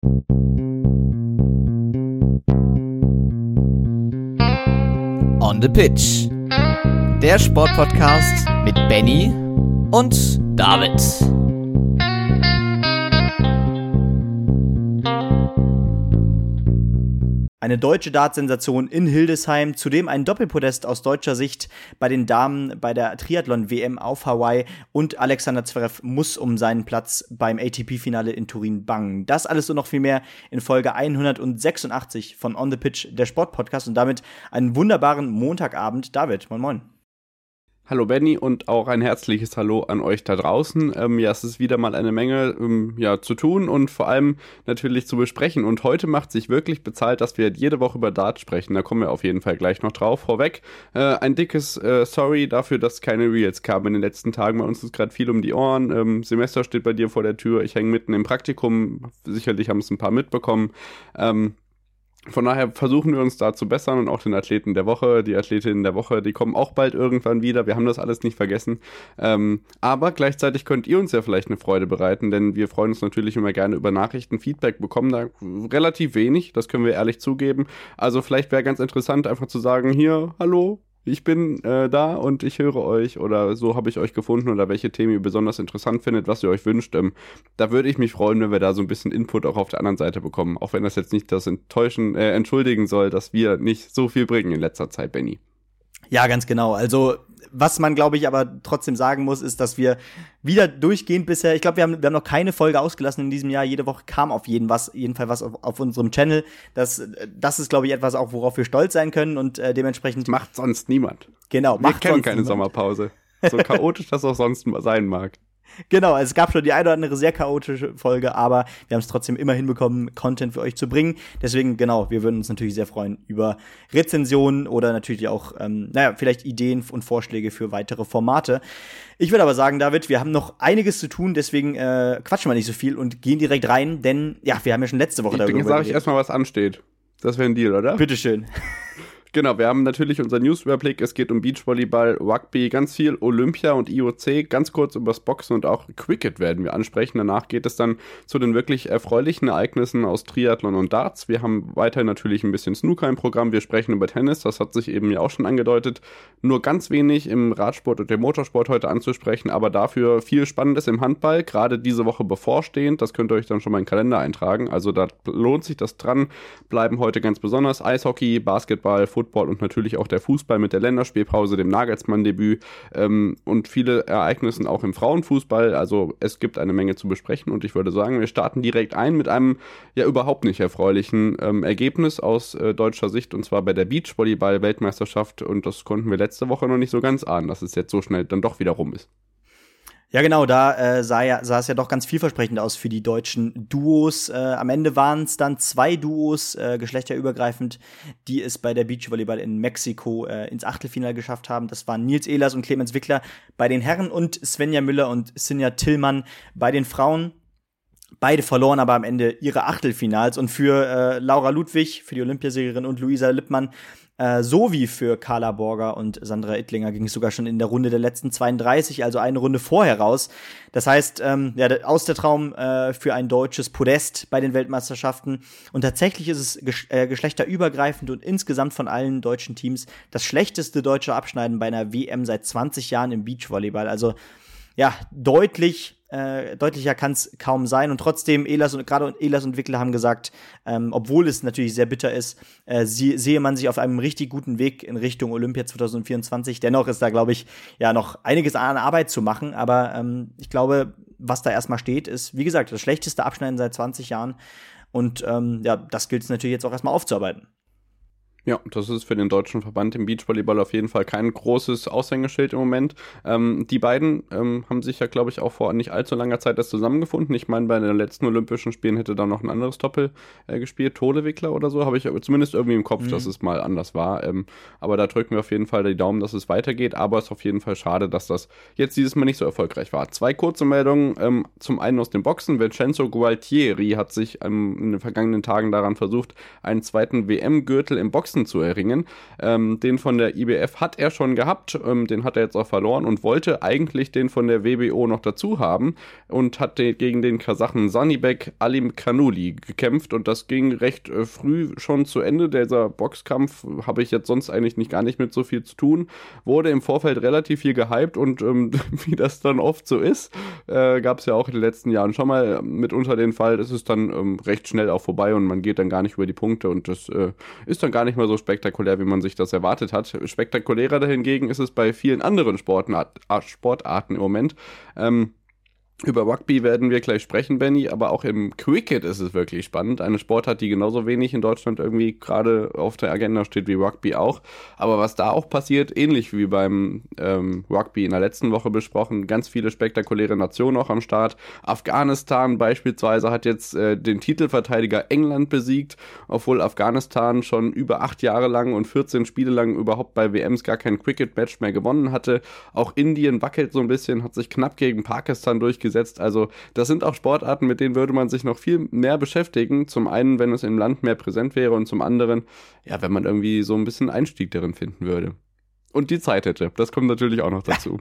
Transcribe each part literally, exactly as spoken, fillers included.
On the Pitch, der Sportpodcast mit Benny und David. Eine deutsche Dartsensation in Hildesheim, zudem ein Doppelpodest aus deutscher Sicht bei den Damen bei der Triathlon-W M auf Hawaii und Alexander Zverev muss um seinen Platz beim A T P-Finale in Turin bangen. Das alles und noch viel mehr in Folge hundertsechsundachtzig von On the Pitch, der Sportpodcast, und damit einen wunderbaren Montagabend. David, moin moin. Hallo Benny und auch ein herzliches Hallo an euch da draußen. Ähm, ja, es ist wieder mal eine Menge ähm, ja, zu tun und vor allem natürlich zu besprechen. Und heute macht sich wirklich bezahlt, dass wir jede Woche über Dart sprechen. Da kommen wir auf jeden Fall gleich noch drauf. Vorweg äh, ein dickes äh, Sorry dafür, dass keine Reels kamen in den letzten Tagen. Bei uns ist gerade viel um die Ohren. Ähm, Semester steht bei dir vor der Tür. Ich hänge mitten im Praktikum. Sicherlich haben es ein paar mitbekommen. Ähm, Von daher versuchen wir uns da zu bessern und auch den Athleten der Woche, die Athletinnen der Woche, die kommen auch bald irgendwann wieder. Wir haben das alles nicht vergessen. Ähm, aber gleichzeitig könnt ihr uns ja vielleicht eine Freude bereiten, denn wir freuen uns natürlich immer gerne über Nachrichten, Feedback, bekommen da relativ wenig, das können wir ehrlich zugeben. Also vielleicht wäre ganz interessant, einfach zu sagen, hier, hallo, ich bin äh, da und ich höre euch oder so habe ich euch gefunden oder welche Themen ihr besonders interessant findet, was ihr euch wünscht. Ähm, da würde ich mich freuen, wenn wir da so ein bisschen Input auch auf der anderen Seite bekommen. Auch wenn das jetzt nicht das Enttäuschen, äh, entschuldigen soll, dass wir nicht so viel bringen in letzter Zeit, Benny. Ja, ganz genau. Also was man, glaube ich, aber trotzdem sagen muss, ist, dass wir wieder durchgehend bisher, ich glaube, wir haben, wir haben noch keine Folge ausgelassen in diesem Jahr. Jede Woche kam auf jeden, was, jeden Fall was auf, auf unserem Channel. Das, das ist, glaube ich, etwas auch, worauf wir stolz sein können und äh, dementsprechend. Macht sonst niemand. Genau, wir macht kennen sonst keine niemand. Sommerpause. So chaotisch das auch sonst sein mag. Genau, es gab schon die eine oder andere sehr chaotische Folge, aber wir haben es trotzdem immer hinbekommen, Content für euch zu bringen. Deswegen, genau, wir würden uns natürlich sehr freuen über Rezensionen oder natürlich auch, ähm, naja, vielleicht Ideen und Vorschläge für weitere Formate. Ich würde aber sagen, David, wir haben noch einiges zu tun, deswegen äh, quatschen wir nicht so viel und gehen direkt rein, denn, ja, wir haben ja schon letzte Woche ich darüber geredet. Sag ich erstmal, was ansteht. Das wäre ein Deal, oder? Bitteschön. Genau, wir haben natürlich unseren Newsüberblick. Es geht um Beachvolleyball, Rugby, ganz viel Olympia und I O C. Ganz kurz übers Boxen und auch Cricket werden wir ansprechen. Danach geht es dann zu den wirklich erfreulichen Ereignissen aus Triathlon und Darts. Wir haben weiterhin natürlich ein bisschen Snooker im Programm. Wir sprechen über Tennis, das hat sich eben ja auch schon angedeutet. Nur ganz wenig im Radsport und dem Motorsport heute anzusprechen, aber dafür viel Spannendes im Handball. Gerade diese Woche bevorstehend, das könnt ihr euch dann schon mal in den Kalender eintragen. Also da lohnt sich das dran. Bleiben heute ganz besonders Eishockey, Basketball, Football und natürlich auch der Fußball mit der Länderspielpause, dem Nagelsmann-Debüt ähm, und viele Ereignisse auch im Frauenfußball. Also es gibt eine Menge zu besprechen und ich würde sagen, wir starten direkt ein mit einem ja überhaupt nicht erfreulichen ähm, Ergebnis aus äh, deutscher Sicht und zwar bei der Beachvolleyball-Weltmeisterschaft und das konnten wir letzte Woche noch nicht so ganz ahnen, dass es jetzt so schnell dann doch wieder rum ist. Ja, genau, da äh, sah, ja, sah es ja doch ganz vielversprechend aus für die deutschen Duos. Äh, am Ende waren es dann zwei Duos, äh, geschlechterübergreifend, die es bei der Beachvolleyball in Mexiko äh, ins Achtelfinale geschafft haben. Das waren Nils Ehlers und Clemens Wickler bei den Herren und Svenja Müller und Sinja Tillmann bei den Frauen. Beide verloren aber am Ende ihre Achtelfinals. Und für äh, Laura Ludwig, für die Olympiasiegerin und Luisa Lippmann, Äh, sowie für Carla Borger und Sandra Ittlinger ging es sogar schon in der Runde der letzten zweiunddreißig, also eine Runde vorher raus. Das heißt, ähm, ja, aus der Traum äh, für ein deutsches Podest bei den Weltmeisterschaften. Und tatsächlich ist es gesch- äh, geschlechterübergreifend und insgesamt von allen deutschen Teams das schlechteste deutsche Abschneiden bei einer W M seit zwanzig Jahren im Beachvolleyball. Also ja, deutlich Äh, deutlicher kann es kaum sein. Und trotzdem, Ehlers und gerade Ehlers und Wickler haben gesagt, ähm, obwohl es natürlich sehr bitter ist, äh, sie, sehe man sich auf einem richtig guten Weg in Richtung Olympia zwanzig vierundzwanzig. Dennoch ist da, glaube ich, ja noch einiges an Arbeit zu machen. Aber ähm, ich glaube, was da erstmal steht, ist, wie gesagt, das schlechteste Abschneiden seit zwanzig Jahren. Und ähm, ja, das gilt es natürlich jetzt auch erstmal aufzuarbeiten. Ja, das ist für den deutschen Verband im Beachvolleyball auf jeden Fall kein großes Aushängeschild im Moment. Ähm, die beiden ähm, haben sich ja, glaube ich, auch vor nicht allzu langer Zeit erst zusammengefunden. Ich meine, bei den letzten Olympischen Spielen hätte da noch ein anderes Doppel äh, gespielt, Tole-Wickler oder so, habe ich zumindest irgendwie im Kopf, mhm. dass es mal anders war. Ähm, aber da drücken wir auf jeden Fall die Daumen, dass es weitergeht. Aber es ist auf jeden Fall schade, dass das jetzt dieses Mal nicht so erfolgreich war. Zwei kurze Meldungen. Ähm, zum einen aus dem Boxen. Vincenzo Gualtieri hat sich ähm, in den vergangenen Tagen daran versucht, einen zweiten W M-Gürtel im Boxen Boxen zu erringen. Ähm, den von der I B F hat er schon gehabt, ähm, den hat er jetzt auch verloren und wollte eigentlich den von der W B O noch dazu haben und hat den, gegen den Kasachen Sanibek Alimkhanuli gekämpft und das ging recht äh, früh schon zu Ende. Dieser Boxkampf habe ich jetzt sonst eigentlich nicht gar nicht mit so viel zu tun. Wurde im Vorfeld relativ viel gehypt und ähm, wie das dann oft so ist, äh, gab es ja auch in den letzten Jahren schon mal mitunter den Fall, es ist dann ähm, recht schnell auch vorbei und man geht dann gar nicht über die Punkte und das äh, ist dann gar nicht mal so spektakulär, wie man sich das erwartet hat. Spektakulärer dahingegen ist es bei vielen anderen Sportart, Sportarten im Moment. Ähm, Über Rugby werden wir gleich sprechen, Benny, aber auch im Cricket ist es wirklich spannend. Eine Sportart, die genauso wenig in Deutschland irgendwie gerade auf der Agenda steht wie Rugby auch. Aber was da auch passiert, ähnlich wie beim ähm, Rugby in der letzten Woche besprochen, ganz viele spektakuläre Nationen auch am Start. Afghanistan beispielsweise hat jetzt äh, den Titelverteidiger England besiegt, obwohl Afghanistan schon über acht Jahre lang und vierzehn Spiele lang überhaupt bei W Ms gar kein Cricket-Match mehr gewonnen hatte. Auch Indien wackelt so ein bisschen, hat sich knapp gegen Pakistan durchgesetzt. Also das sind auch Sportarten, mit denen würde man sich noch viel mehr beschäftigen. Zum einen, wenn es im Land mehr präsent wäre und zum anderen, ja, wenn man irgendwie so ein bisschen Einstieg darin finden würde. Und die Zeit hätte. Das kommt natürlich auch noch dazu.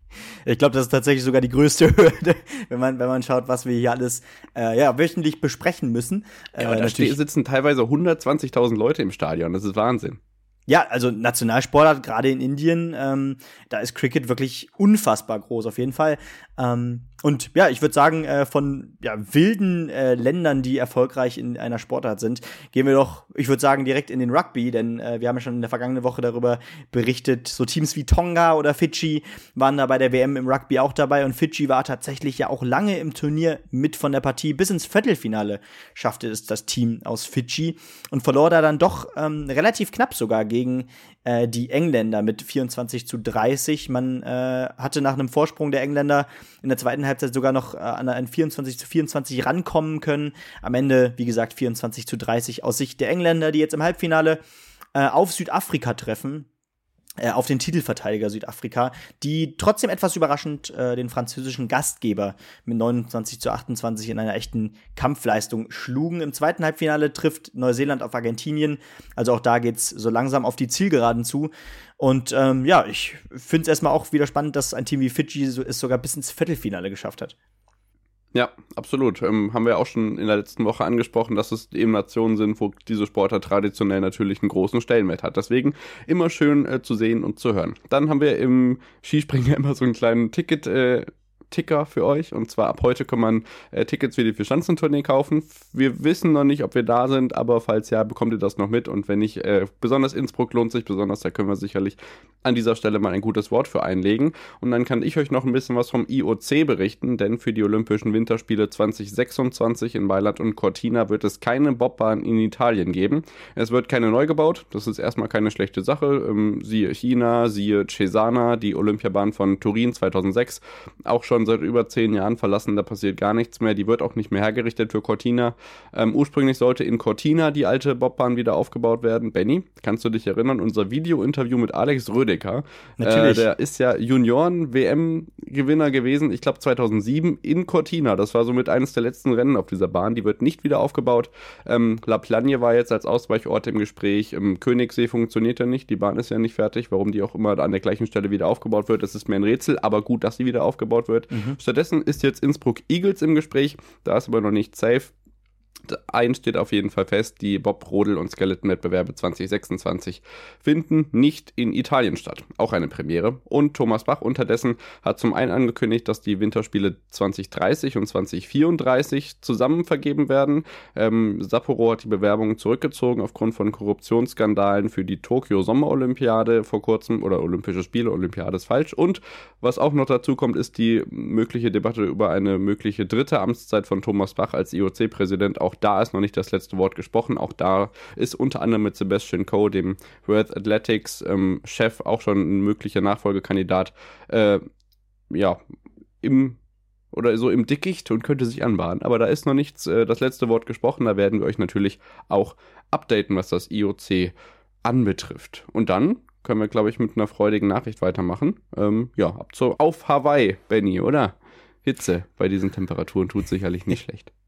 Ich glaube, das ist tatsächlich sogar die größte Hürde, wenn man, wenn man schaut, was wir hier alles äh, ja, wöchentlich besprechen müssen. Äh, ja, da natürlich sitzen teilweise hundertzwanzigtausend Leute im Stadion. Das ist Wahnsinn. Ja, also Nationalsportart, gerade in Indien, ähm, da ist Cricket wirklich unfassbar groß, auf jeden Fall. Ähm, und ja, ich würde sagen, äh, von ja, wilden äh, Ländern, die erfolgreich in einer Sportart sind, gehen wir doch, ich würde sagen, direkt in den Rugby, denn äh, wir haben ja schon in der vergangenen Woche darüber berichtet, so Teams wie Tonga oder Fidschi waren da bei der W M im Rugby auch dabei und Fidschi war tatsächlich ja auch lange im Turnier mit von der Partie. Bis ins Viertelfinale schaffte es das Team aus Fidschi und verlor da dann doch ähm, relativ knapp sogar gegen äh, die Engländer mit vierundzwanzig zu dreißig. Man äh, hatte nach einem Vorsprung der Engländer in der zweiten Halbzeit sogar noch äh, an ein vierundzwanzig zu vierundzwanzig rankommen können. Am Ende, wie gesagt, vierundzwanzig zu dreißig aus Sicht der Engländer, die jetzt im Halbfinale äh, auf Südafrika treffen. Auf den Titelverteidiger Südafrika, die trotzdem etwas überraschend äh, den französischen Gastgeber mit neunundzwanzig zu achtundzwanzig in einer echten Kampfleistung schlugen. Im zweiten Halbfinale trifft Neuseeland auf Argentinien, also auch da geht's so langsam auf die Zielgeraden zu. Und ähm, ja, ich finde es erstmal auch wieder spannend, dass ein Team wie Fidschi so, es sogar bis ins Viertelfinale geschafft hat. Ja, absolut. Ähm, haben wir auch schon in der letzten Woche angesprochen, dass es eben Nationen sind, wo diese Sportart traditionell natürlich einen großen Stellenwert hat. Deswegen immer schön äh, zu sehen und zu hören. Dann haben wir im Skispringen immer so einen kleinen Ticket äh, Ticker für euch. Und zwar ab heute kann man äh, Tickets für die Vierschanzentournee kaufen. Wir wissen noch nicht, ob wir da sind, aber falls ja, bekommt ihr das noch mit. Und wenn nicht, äh, besonders Innsbruck lohnt sich besonders, da können wir sicherlich an dieser Stelle mal ein gutes Wort für einlegen. Und dann kann ich euch noch ein bisschen was vom I O C berichten, denn für die Olympischen Winterspiele zwanzig sechsundzwanzig in Mailand und Cortina wird es keine Bobbahn in Italien geben. Es wird keine neu gebaut, das ist erstmal keine schlechte Sache. Ähm, siehe China, siehe Cesana, die Olympiabahn von Turin zweitausendsechs, auch schon seit über zehn Jahren verlassen, da passiert gar nichts mehr, die wird auch nicht mehr hergerichtet für Cortina. Ähm, ursprünglich sollte in Cortina die alte Bobbahn wieder aufgebaut werden. Benny, kannst du dich erinnern, unser Video-Interview mit Alex Rödeker, Natürlich. Äh, der ist ja Junioren-W M-Gewinner gewesen, ich glaube zweitausendsieben in Cortina, das war somit eines der letzten Rennen auf dieser Bahn, die wird nicht wieder aufgebaut. Ähm, La Plagne war jetzt als Ausweichort im Gespräch, im Königssee funktioniert ja nicht, die Bahn ist ja nicht fertig, warum die auch immer an der gleichen Stelle wieder aufgebaut wird, das ist mir ein Rätsel, aber gut, dass sie wieder aufgebaut wird. Mhm. Stattdessen ist jetzt Innsbruck Eagles im Gespräch, da ist aber noch nicht safe. Eins steht auf jeden Fall fest, die Bob-, Rodel- und Skeleton-Wettbewerbe zwanzig sechsundzwanzig finden nicht in Italien statt. Auch eine Premiere. Und Thomas Bach unterdessen hat zum einen angekündigt, dass die Winterspiele zwanzig dreißig und zwanzig vierunddreißig zusammen vergeben werden. Ähm, Sapporo hat die Bewerbungen zurückgezogen aufgrund von Korruptionsskandalen für die Tokio-Sommerolympiade vor kurzem, oder Olympische Spiele, Olympiade ist falsch. Und was auch noch dazu kommt, ist die mögliche Debatte über eine mögliche dritte Amtszeit von Thomas Bach als I O C-Präsident. Auch da ist noch nicht das letzte Wort gesprochen. Auch da ist unter anderem mit Sebastian Coe, dem World Athletics ähm, Chef, auch schon ein möglicher Nachfolgekandidat, äh, ja, im oder so im Dickicht und könnte sich anbahnen. Aber da ist noch nichts, äh, das letzte Wort gesprochen. Da werden wir euch natürlich auch updaten, was das I O C anbetrifft. Und dann können wir, glaube ich, mit einer freudigen Nachricht weitermachen. Ähm, ja, ab zu, auf Hawaii, Benny, oder? Hitze bei diesen Temperaturen tut sicherlich nicht schlecht.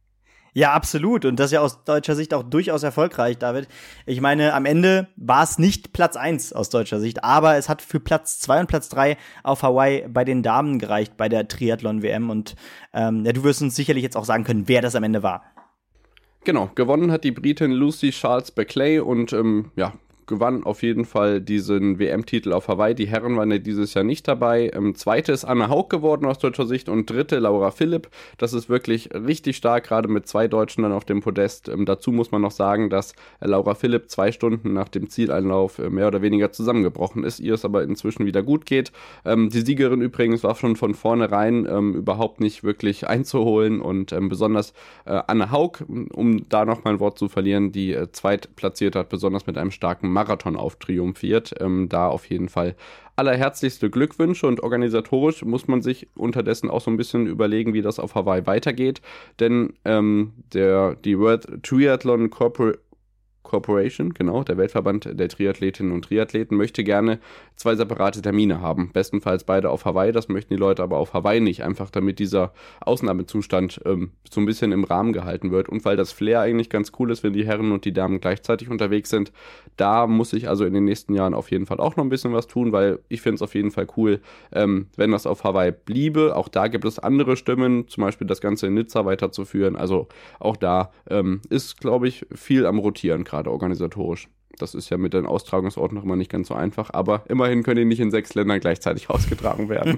Ja, absolut. Und das ist ja aus deutscher Sicht auch durchaus erfolgreich, David. Ich meine, am Ende war es nicht Platz eins aus deutscher Sicht, aber es hat für Platz zwei und Platz drei auf Hawaii bei den Damen gereicht, bei der Triathlon-W M. Und ähm, ja, du wirst uns sicherlich jetzt auch sagen können, wer das am Ende war. Genau, gewonnen hat die Britin Lucy Charles-Berkeley und ähm, ja, gewann auf jeden Fall diesen W M-Titel auf Hawaii. Die Herren waren ja dieses Jahr nicht dabei. Ähm, zweite ist Anne Haug geworden aus deutscher Sicht und dritte Laura Philipp. Das ist wirklich richtig stark, gerade mit zwei Deutschen dann auf dem Podest. Ähm, dazu muss man noch sagen, dass äh, Laura Philipp zwei Stunden nach dem Zieleinlauf äh, mehr oder weniger zusammengebrochen ist, ihr es aber inzwischen wieder gut geht. Ähm, die Siegerin übrigens war schon von vornherein ähm, überhaupt nicht wirklich einzuholen und ähm, besonders äh, Anne Haug, um da noch mal ein Wort zu verlieren, die äh, Zweitplatzierte hat besonders mit einem starken Marathon auftriumphiert. Ähm, da auf jeden Fall allerherzlichste Glückwünsche und organisatorisch muss man sich unterdessen auch so ein bisschen überlegen, wie das auf Hawaii weitergeht, denn ähm, der, die World Triathlon Corpor- Corporation, genau, der Weltverband der Triathletinnen und Triathleten, möchte gerne zwei separate Termine haben. Bestenfalls beide auf Hawaii, das möchten die Leute aber auf Hawaii nicht, einfach damit dieser Ausnahmezustand ähm, so ein bisschen im Rahmen gehalten wird und weil das Flair eigentlich ganz cool ist, wenn die Herren und die Damen gleichzeitig unterwegs sind. Da muss ich also in den nächsten Jahren auf jeden Fall auch noch ein bisschen was tun, weil ich finde es auf jeden Fall cool, ähm, wenn das auf Hawaii bliebe. Auch da gibt es andere Stimmen, zum Beispiel das Ganze in Nizza weiterzuführen. Also auch da ähm, ist, glaube ich, viel am Rotieren gerade organisatorisch. Das ist ja mit den Austragungsorten noch immer nicht ganz so einfach, aber immerhin können die nicht in sechs Ländern gleichzeitig ausgetragen werden.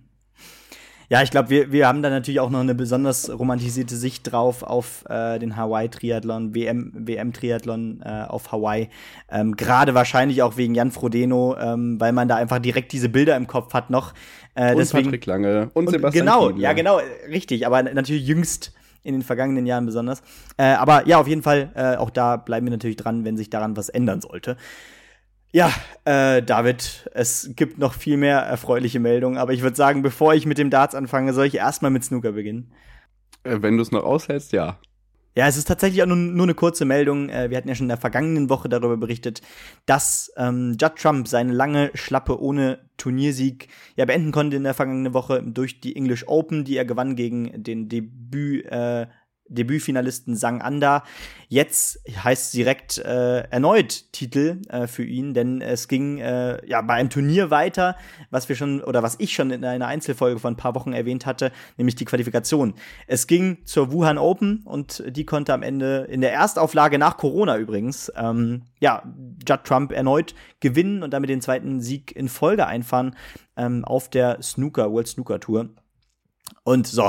Ja, ich glaube, wir, wir haben da natürlich auch noch eine besonders romantisierte Sicht drauf auf äh, den Hawaii-Triathlon, W M, W M-Triathlon äh, auf Hawaii. Ähm, Gerade wahrscheinlich auch wegen Jan Frodeno, ähm, weil man da einfach direkt diese Bilder im Kopf hat noch. Äh, und deswegen, Patrick Lange und, und Sebastian Genau, Kienle. ja genau, richtig, aber natürlich jüngst in den vergangenen Jahren besonders. Äh, aber ja, auf jeden Fall, äh, auch da bleiben wir natürlich dran, wenn sich daran was ändern sollte. Ja, äh, David, es gibt noch viel mehr erfreuliche Meldungen, aber ich würde sagen, bevor ich mit dem Darts anfange, soll ich erstmal mit Snooker beginnen. Äh, wenn du es noch aushältst, ja. Ja, es ist tatsächlich auch nur, nur eine kurze Meldung. Äh, wir hatten ja schon in der vergangenen Woche darüber berichtet, dass ähm, Judd Trump seine lange Schlappe ohne Turniersieg ja beenden konnte in der vergangenen Woche durch die English Open, die er gewann gegen den Debüt äh, Debütfinalisten Sang Anda. Jetzt heißt es direkt äh, erneut Titel äh, für ihn, denn es ging äh, ja bei einem Turnier weiter, was wir schon oder was ich schon in einer Einzelfolge von ein paar Wochen erwähnt hatte, nämlich die Qualifikation. Es ging zur Wuhan Open und die konnte am Ende in der Erstauflage nach Corona übrigens ähm, ja Judd Trump erneut gewinnen und damit den zweiten Sieg in Folge einfahren ähm, auf der Snooker World Snooker Tour. Und so.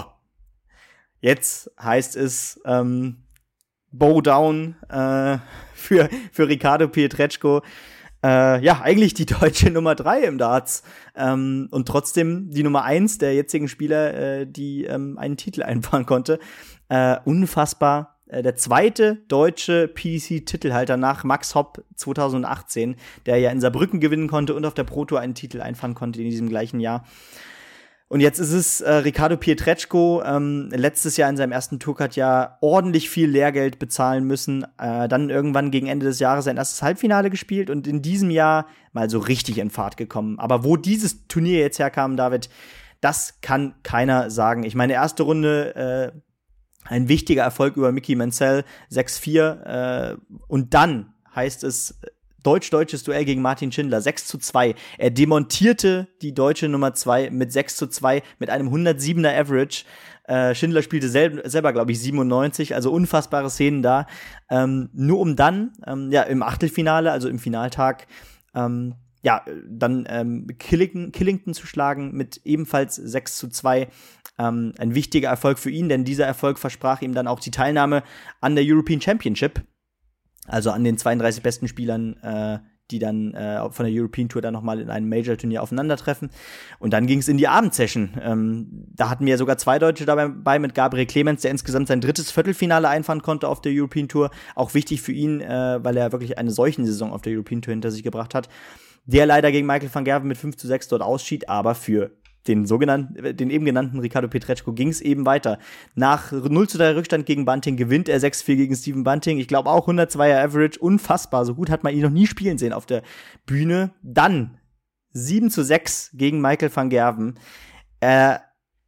Jetzt heißt es ähm, Bow Down äh, für, für Riccardo Pietreczko. Äh, ja, eigentlich die deutsche Nummer drei im Darts. Ähm, und trotzdem die Nummer eins der jetzigen Spieler, äh, die ähm, einen Titel einfahren konnte. Äh, unfassbar. Äh, der zweite deutsche P D C-Titelhalter nach Max Hopp zweitausendachtzehn, der ja in Saarbrücken gewinnen konnte und auf der Pro Tour einen Titel einfahren konnte in diesem gleichen Jahr. Und jetzt ist es äh, Riccardo Pietreczko, ähm, letztes Jahr in seinem ersten Tourcard ja ordentlich viel Lehrgeld bezahlen müssen, äh, dann irgendwann gegen Ende des Jahres sein erstes Halbfinale gespielt und in diesem Jahr mal so richtig in Fahrt gekommen. Aber wo dieses Turnier jetzt herkam, David, das kann keiner sagen. Ich meine, erste Runde äh, ein wichtiger Erfolg über Mickey Mansell, sechs vier, äh, und dann heißt es deutsch-deutsches Duell gegen Martin Schindler, sechs zu zwei. Er demontierte die deutsche Nummer zwei mit sechs zu zwei, mit einem hundertsiebener Average. Äh, Schindler spielte sel- selber, glaube ich, siebenundneunzig, also unfassbare Szenen da. Ähm, nur um dann, ähm, ja, im Achtelfinale, also im Finaltag, ähm, ja, dann ähm, Killington, Killington zu schlagen mit ebenfalls sechs zu zwei. Ähm, ein wichtiger Erfolg für ihn, denn dieser Erfolg versprach ihm dann auch die Teilnahme an der European Championship. Also an den zweiunddreißig besten Spielern, äh, die dann äh, von der European Tour dann nochmal in einem Major-Turnier aufeinandertreffen. Und dann ging es in die Abendsession. Ähm, da hatten wir sogar zwei Deutsche dabei mit Gabriel Clemens, der insgesamt sein drittes Viertelfinale einfahren konnte auf der European Tour. Auch wichtig für ihn, äh, weil er wirklich eine solche Saison auf der European Tour hinter sich gebracht hat. Der leider gegen Michael van Gerwen mit fünf zu sechs dort ausschied, aber für den sogenannten, den eben genannten Riccardo Pietreczko ging es eben weiter. Nach null zu drei Rückstand gegen Bunting gewinnt er sechs vier gegen Steven Bunting. Ich glaube auch hundertzweier Average, unfassbar. So gut hat man ihn noch nie spielen sehen auf der Bühne. Dann sieben zu sechs gegen Michael van Gerwen. Äh,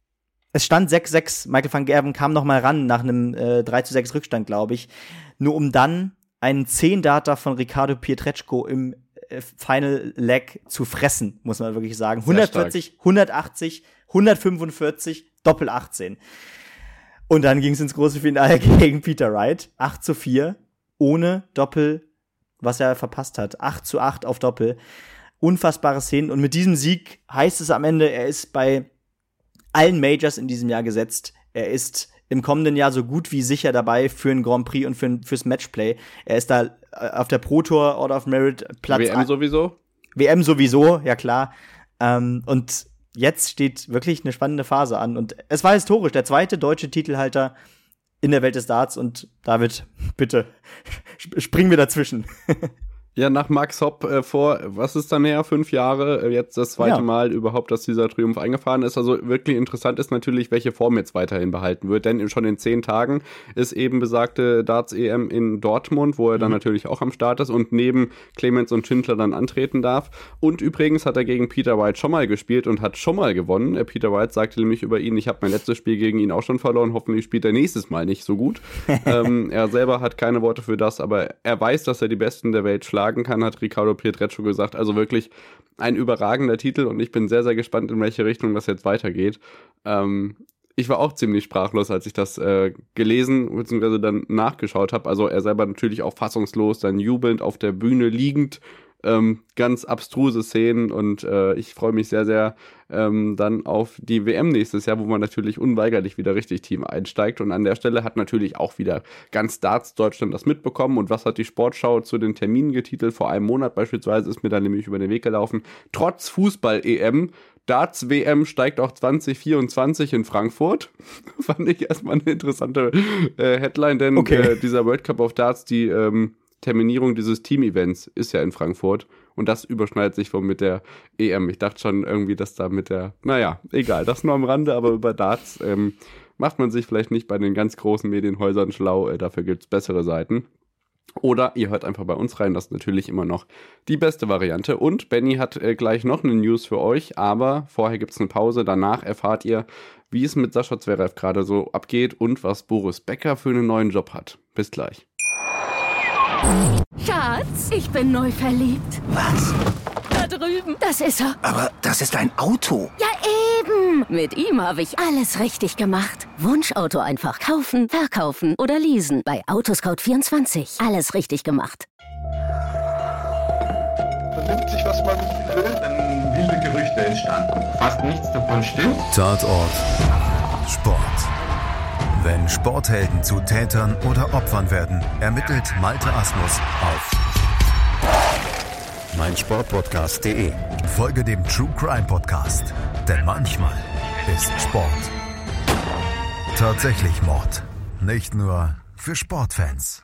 es stand sechs sechs. Michael van Gerwen kam noch mal ran nach einem äh, drei zu sechs Rückstand, glaube ich. Nur um dann einen zehn-Data von Riccardo Pietreczko im äh, Final Leg zu fressen, muss man wirklich sagen. hundertvierzig, hundertachtzig, hundertfünfundvierzig, Doppel achtzehn. Und dann ging es ins große Finale gegen Peter Wright. acht zu vier, ohne Doppel, was er verpasst hat. acht zu acht auf Doppel. Unfassbare Szenen. Und mit diesem Sieg heißt es am Ende, er ist bei allen Majors in diesem Jahr gesetzt. Er ist im kommenden Jahr so gut wie sicher dabei für ein Grand Prix und für ein, fürs Matchplay. Er ist da auf der Pro Tour Order of Merit Platz. W M sowieso? W M sowieso, ja klar. Ähm, und jetzt steht wirklich eine spannende Phase an. Und es war historisch, der zweite deutsche Titelhalter in der Welt des Darts. Und David, bitte, springen wir dazwischen. Ja, nach Max Hopp äh, vor, was ist dann her, fünf Jahre, äh, jetzt das zweite ja. Mal überhaupt, dass dieser Triumph eingefahren ist. Also wirklich interessant ist natürlich, welche Form jetzt weiterhin behalten wird, denn schon in zehn Tagen ist eben besagte Darts-E M in Dortmund, wo er mhm. dann natürlich auch am Start ist und neben Clemens und Schindler dann antreten darf. Und übrigens hat er gegen Peter Wright schon mal gespielt und hat schon mal gewonnen. Äh, Peter Wright sagte nämlich über ihn, ich habe mein letztes Spiel gegen ihn auch schon verloren, hoffentlich spielt er nächstes Mal nicht so gut. ähm, er selber hat keine Worte für das, aber er weiß, dass er die Besten der Welt schlagen kann, hat Riccardo Pietreczko gesagt. Also wirklich ein überragender Titel und ich bin sehr, sehr gespannt, in welche Richtung das jetzt weitergeht. Ähm, ich war auch ziemlich sprachlos, als ich das äh, gelesen bzw. dann nachgeschaut habe. Also er selber natürlich auch fassungslos, dann jubelnd auf der Bühne liegend. Ähm, ganz abstruse Szenen und äh, ich freue mich sehr, sehr ähm, dann auf die W M nächstes Jahr, wo man natürlich unweigerlich wieder richtig Team einsteigt und an der Stelle hat natürlich auch wieder ganz Darts Deutschland das mitbekommen und was hat die Sportschau zu den Terminen getitelt, vor einem Monat beispielsweise ist mir dann nämlich über den Weg gelaufen, trotz Fußball-E M, Darts-W M steigt auch zwanzig vierundzwanzig in Frankfurt. Fand ich erstmal eine interessante äh, Headline, denn okay. äh, dieser World Cup of Darts, die ähm, Terminierung dieses Team-Events ist ja in Frankfurt und das überschneidet sich wohl mit der E M. Ich dachte schon irgendwie, dass da mit der, naja, egal, das nur am Rande, aber über Darts ähm, macht man sich vielleicht nicht bei den ganz großen Medienhäusern schlau, äh, dafür gibt's bessere Seiten. Oder ihr hört einfach bei uns rein, das ist natürlich immer noch die beste Variante. Und Benny hat äh, gleich noch eine News für euch, aber vorher gibt's eine Pause, danach erfahrt ihr, wie es mit Sascha Zverev gerade so abgeht und was Boris Becker für einen neuen Job hat. Bis gleich. Schatz, ich bin neu verliebt. Was? Da drüben. Das ist er. Aber das ist ein Auto. Ja, eben. Mit ihm habe ich alles richtig gemacht. Wunschauto einfach kaufen, verkaufen oder leasen. Bei Autoscout vierundzwanzig. Alles richtig gemacht. Vernimmt sich, was man will. Dann wilde Gerüchte entstanden. Fast nichts davon stimmt. Tatort Sport. Wenn Sporthelden zu Tätern oder Opfern werden, ermittelt Malte Asmus auf meinsportpodcast punkt de. Folge dem True Crime Podcast, denn manchmal ist Sport tatsächlich Mord. Nicht nur für Sportfans.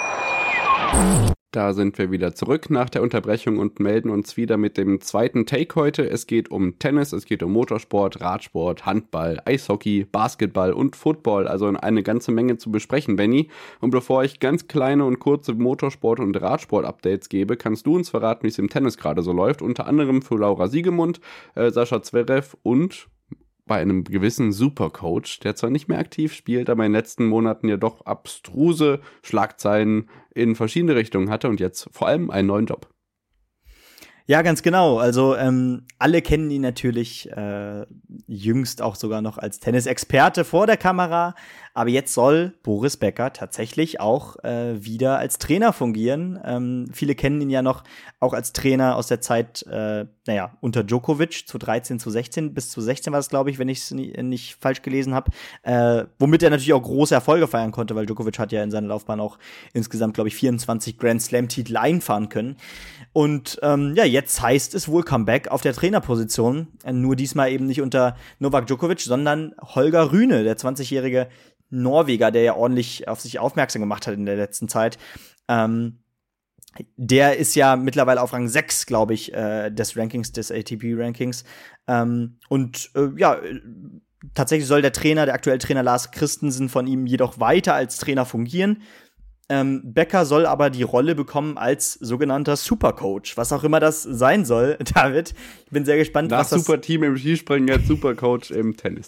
Da sind wir wieder zurück nach der Unterbrechung und melden uns wieder mit dem zweiten Take heute. Es geht um Tennis, es geht um Motorsport, Radsport, Handball, Eishockey, Basketball und Football. Also eine ganze Menge zu besprechen, Benny. Und bevor ich ganz kleine und kurze Motorsport- und Radsport-Updates gebe, kannst du uns verraten, wie es im Tennis gerade so läuft. Unter anderem für Laura Siegemund, äh, Sascha Zverev und bei einem gewissen Supercoach, der zwar nicht mehr aktiv spielt, aber in den letzten Monaten ja doch abstruse Schlagzeilen in verschiedene Richtungen hatte und jetzt vor allem einen neuen Job. Ja, ganz genau. Also ähm, alle kennen ihn natürlich äh, jüngst auch sogar noch als Tennisexperte vor der Kamera. Aber jetzt soll Boris Becker tatsächlich auch äh, wieder als Trainer fungieren. Ähm, viele kennen ihn ja noch auch als Trainer aus der Zeit, äh, naja, unter Djokovic zu dreizehn, zu sechzehn, bis zu sechzehn war es, glaube ich, wenn ich es nie, nicht falsch gelesen habe. Äh, womit er natürlich auch große Erfolge feiern konnte, weil Djokovic hat ja in seiner Laufbahn auch insgesamt, glaube ich, vierundzwanzig Grand Slam-Titel einfahren können. Und ähm, ja, jetzt heißt es wohl Comeback auf der Trainerposition. Nur diesmal eben nicht unter Novak Djokovic, sondern Holger Rune, der zwanzigjährige Norweger, der ja ordentlich auf sich aufmerksam gemacht hat in der letzten Zeit. Ähm, der ist ja mittlerweile auf Rang sechs, glaube ich, äh, des Rankings, des A T P-Rankings. Ähm, und äh, ja, tatsächlich soll der Trainer, der aktuelle Trainer Lars Christensen von ihm jedoch weiter als Trainer fungieren. Ähm, Becker soll aber die Rolle bekommen als sogenannter Supercoach, was auch immer das sein soll, David. Ich bin sehr gespannt, Nach was das Superteam im Skispringen, jetzt Supercoach im Tennis.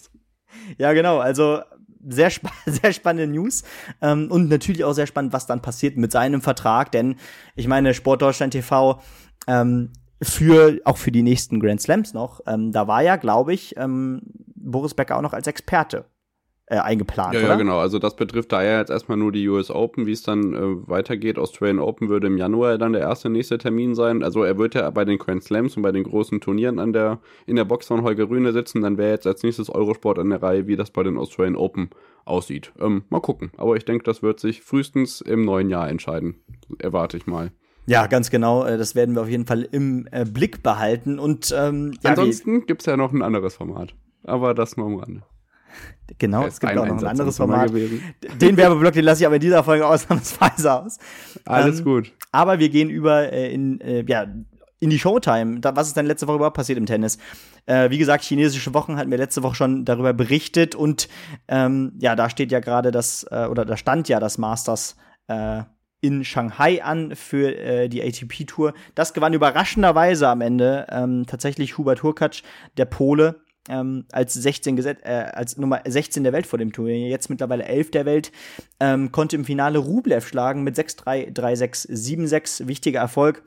Ja, genau, also sehr, spa- sehr spannende News ähm, und natürlich auch sehr spannend, was dann passiert mit seinem Vertrag, denn ich meine, Sportdeutschland T V ähm, für, auch für die nächsten Grand Slams noch, ähm, da war ja, glaube ich, ähm, Boris Becker auch noch als Experte äh, eingeplant, Ja, oder? ja, genau. Also das betrifft da ja jetzt erstmal nur die U S Open, wie es dann äh, weitergeht. Australian Open würde im Januar dann der erste nächste Termin sein. Also er wird ja bei den Grand Slams und bei den großen Turnieren an der in der Box von Holger Rühne sitzen. Dann wäre jetzt als nächstes Eurosport an der Reihe, wie das bei den Australian Open aussieht. Ähm, mal gucken. Aber ich denke, das wird sich frühestens im neuen Jahr entscheiden. Erwarte ich mal. Ja, ganz genau. äh, Das werden wir auf jeden Fall im äh, Blick behalten. Und ähm, ja, Ansonsten gibt's ja noch ein anderes Format. Aber das nur am Rande. die, genau, Erst es gibt ein auch noch ein Einsatz anderes im Sommer Format. gewesen. Den Werbeblock, den lasse ich aber in dieser Folge ausnahmsweise aus. Alles Ähm, gut. Aber wir gehen über äh, in, äh, ja, in die Showtime. Da, was ist denn letzte Woche überhaupt passiert im Tennis? Äh, wie gesagt, chinesische Wochen hatten wir letzte Woche schon darüber berichtet. Und ähm, ja, da steht ja gerade das, äh, oder da stand ja das Masters äh, in Shanghai an für äh, die A T P-Tour. Das gewann überraschenderweise am Ende ähm, tatsächlich Hubert Hurkacz, der Pole, ähm, als, sechzehn geset- äh, als Nummer sechzehn der Welt vor dem Turnier, jetzt mittlerweile elf der Welt, ähm, konnte im Finale Rublev schlagen mit sechs drei, drei sechs, sieben sechs. Wichtiger Erfolg.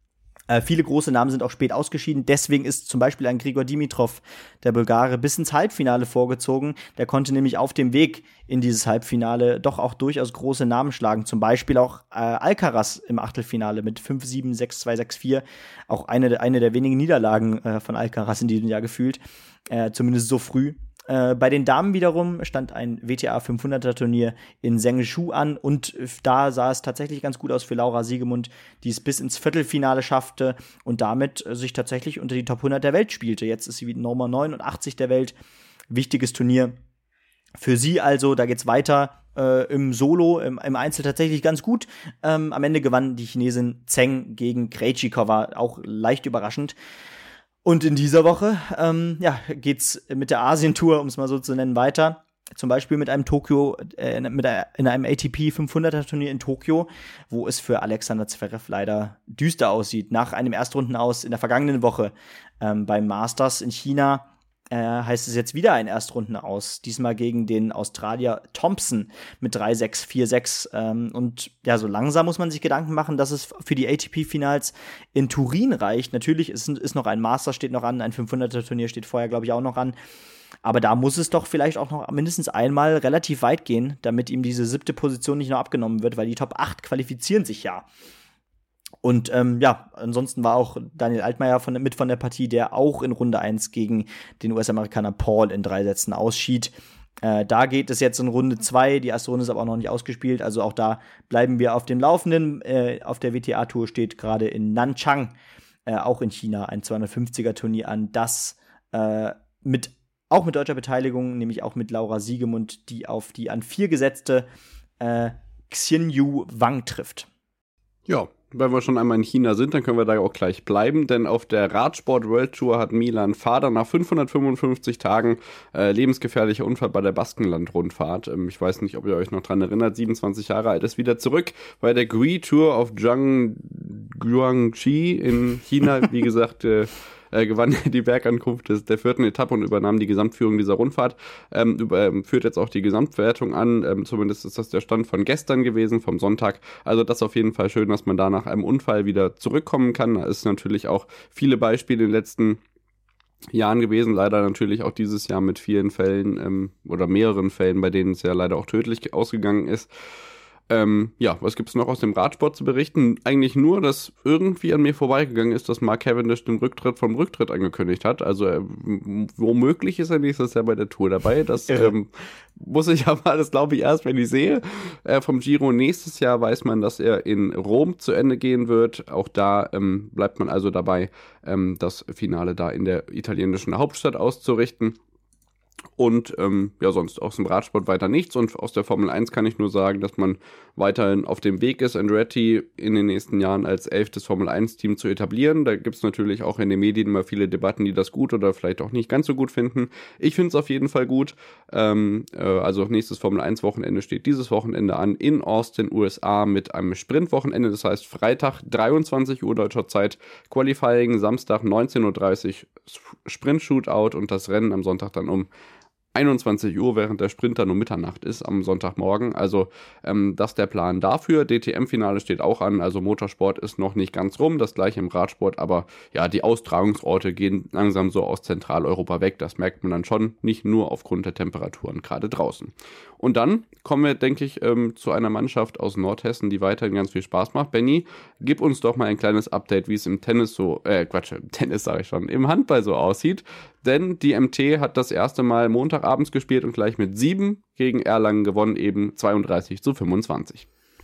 Äh, viele große Namen sind auch spät ausgeschieden. Deswegen ist zum Beispiel ein Grigor Dimitrov, der Bulgare, bis ins Halbfinale vorgezogen. Der konnte nämlich auf dem Weg in dieses Halbfinale doch auch durchaus große Namen schlagen. Zum Beispiel auch äh, Alcaraz im Achtelfinale mit fünf sieben, sechs zwei, sechs vier. Auch eine, eine der wenigen Niederlagen äh, von Alcaraz in diesem Jahr gefühlt. Äh, zumindest so früh. Äh, bei den Damen wiederum stand ein W T A fünfhunderter Turnier in Zhengzhou an und da sah es tatsächlich ganz gut aus für Laura Siegemund, die es bis ins Viertelfinale schaffte und damit äh, sich tatsächlich unter die Top hundert der Welt spielte. Jetzt ist sie wieder Nummer neunundachtzig der Welt. Wichtiges Turnier für sie also. Da geht's weiter äh, im Solo, im, im Einzel tatsächlich ganz gut. Ähm, am Ende gewann die Chinesin Zheng gegen Krejcikova, auch leicht überraschend. Und in dieser Woche ähm, ja, geht's mit der Asien-Tour, um es mal so zu nennen, weiter. Zum Beispiel mit einem Tokio, äh, mit einer, in einem A T P fünfhunderter Turnier in Tokio, wo es für Alexander Zverev leider düster aussieht. Nach einem Erstrundenaus in der vergangenen Woche ähm, beim Masters in China äh, heißt es jetzt wieder ein Erstrundenaus. Diesmal gegen den Australier Thompson mit drei sechs, vier sechs. Ähm, und ja, so langsam muss man sich Gedanken machen, dass es für die A T P-Finals in Turin reicht. Natürlich ist, ist noch ein Master, steht noch an, ein fünfhunderter Turnier steht vorher, glaube ich, auch noch an. Aber da muss es doch vielleicht auch noch mindestens einmal relativ weit gehen, damit ihm diese siebte Position nicht noch abgenommen wird, weil die Top acht qualifizieren sich ja. Und ähm, ja, ansonsten war auch Daniel Altmaier von, mit von der Partie, der auch in Runde eins gegen den U S-Amerikaner Paul in drei Sätzen ausschied. Äh, da geht es jetzt in Runde zwei, die erste Runde ist aber auch noch nicht ausgespielt, also auch da bleiben wir auf dem Laufenden. Äh, auf der W T A-Tour steht gerade in Nanchang, äh, auch in China, ein zweihundertfünfziger Turnier an, das äh, mit auch mit deutscher Beteiligung, nämlich auch mit Laura Siegemund, die auf die an vier gesetzte äh, Xianyu Wang trifft. Ja, wenn wir schon einmal in China sind, dann können wir da auch gleich bleiben, denn auf der Radsport World Tour hat Milan Fader nach fünfhundertfünfundfünfzig Tagen äh, lebensgefährlicher Unfall bei der Baskenland-Rundfahrt. Ähm, ich weiß nicht, ob ihr euch noch dran erinnert, siebenundzwanzig Jahre alt, ist wieder zurück bei der Gui Tour of Zhang Guangxi in China. Wie gesagt, äh, Äh, gewann die Bergankunft des, der vierten Etappe und übernahm die Gesamtführung dieser Rundfahrt. Ähm, über, ähm, führt jetzt auch die Gesamtwertung an. Ähm, zumindest ist das der Stand von gestern gewesen, vom Sonntag. Also das ist auf jeden Fall schön, dass man da nach einem Unfall wieder zurückkommen kann. Da ist natürlich auch viele Beispiele in den letzten Jahren gewesen. Leider natürlich auch dieses Jahr mit vielen Fällen ähm, oder mehreren Fällen, bei denen es ja leider auch tödlich ausgegangen ist. Ähm, ja, was gibt's noch aus dem Radsport zu berichten? Eigentlich nur, dass irgendwie an mir vorbeigegangen ist, dass Mark Cavendish den Rücktritt vom Rücktritt angekündigt hat. Also äh, womöglich ist er nächstes Jahr bei der Tour dabei. Das ähm, muss ich aber, das glaube ich erst, wenn ich sehe. Äh, vom Giro nächstes Jahr weiß man, dass er in Rom zu Ende gehen wird. Auch da ähm, bleibt man also dabei, ähm, das Finale da in der italienischen Hauptstadt auszurichten. Und ähm, ja, sonst aus dem Radsport weiter nichts. Und aus der Formel eins kann ich nur sagen, dass man weiterhin auf dem Weg ist, Andretti in den nächsten Jahren als elftes Formel eins Team zu etablieren. Da gibt es natürlich auch in den Medien immer viele Debatten, die das gut oder vielleicht auch nicht ganz so gut finden. Ich finde es auf jeden Fall gut. Ähm, äh, also nächstes Formel eins Wochenende steht dieses Wochenende an in Austin, U S A mit einem Sprintwochenende. Das heißt Freitag dreiundzwanzig Uhr deutscher Zeit Qualifying, Samstag neunzehn Uhr dreißig Sprint-Shootout und das Rennen am Sonntag dann um einundzwanzig Uhr, während der Sprint dann um Mitternacht ist am Sonntagmorgen. Also ähm, das ist der Plan dafür. D T M-Finale steht auch an, also Motorsport ist noch nicht ganz rum, das gleiche im Radsport, aber ja, die Austragungsorte gehen langsam so aus Zentraleuropa weg. Das merkt man dann schon, nicht nur aufgrund der Temperaturen gerade draußen. Und dann kommen wir, denke ich, ähm, zu einer Mannschaft aus Nordhessen, die weiterhin ganz viel Spaß macht. Benni, gib uns doch mal ein kleines Update, wie es im Tennis so, äh, Quatsch, im Tennis sage ich schon, im Handball so aussieht. Denn die M T hat das erste Mal Montagabends gespielt und gleich mit sieben gegen Erlangen gewonnen, eben zweiunddreißig zu fünfundzwanzig.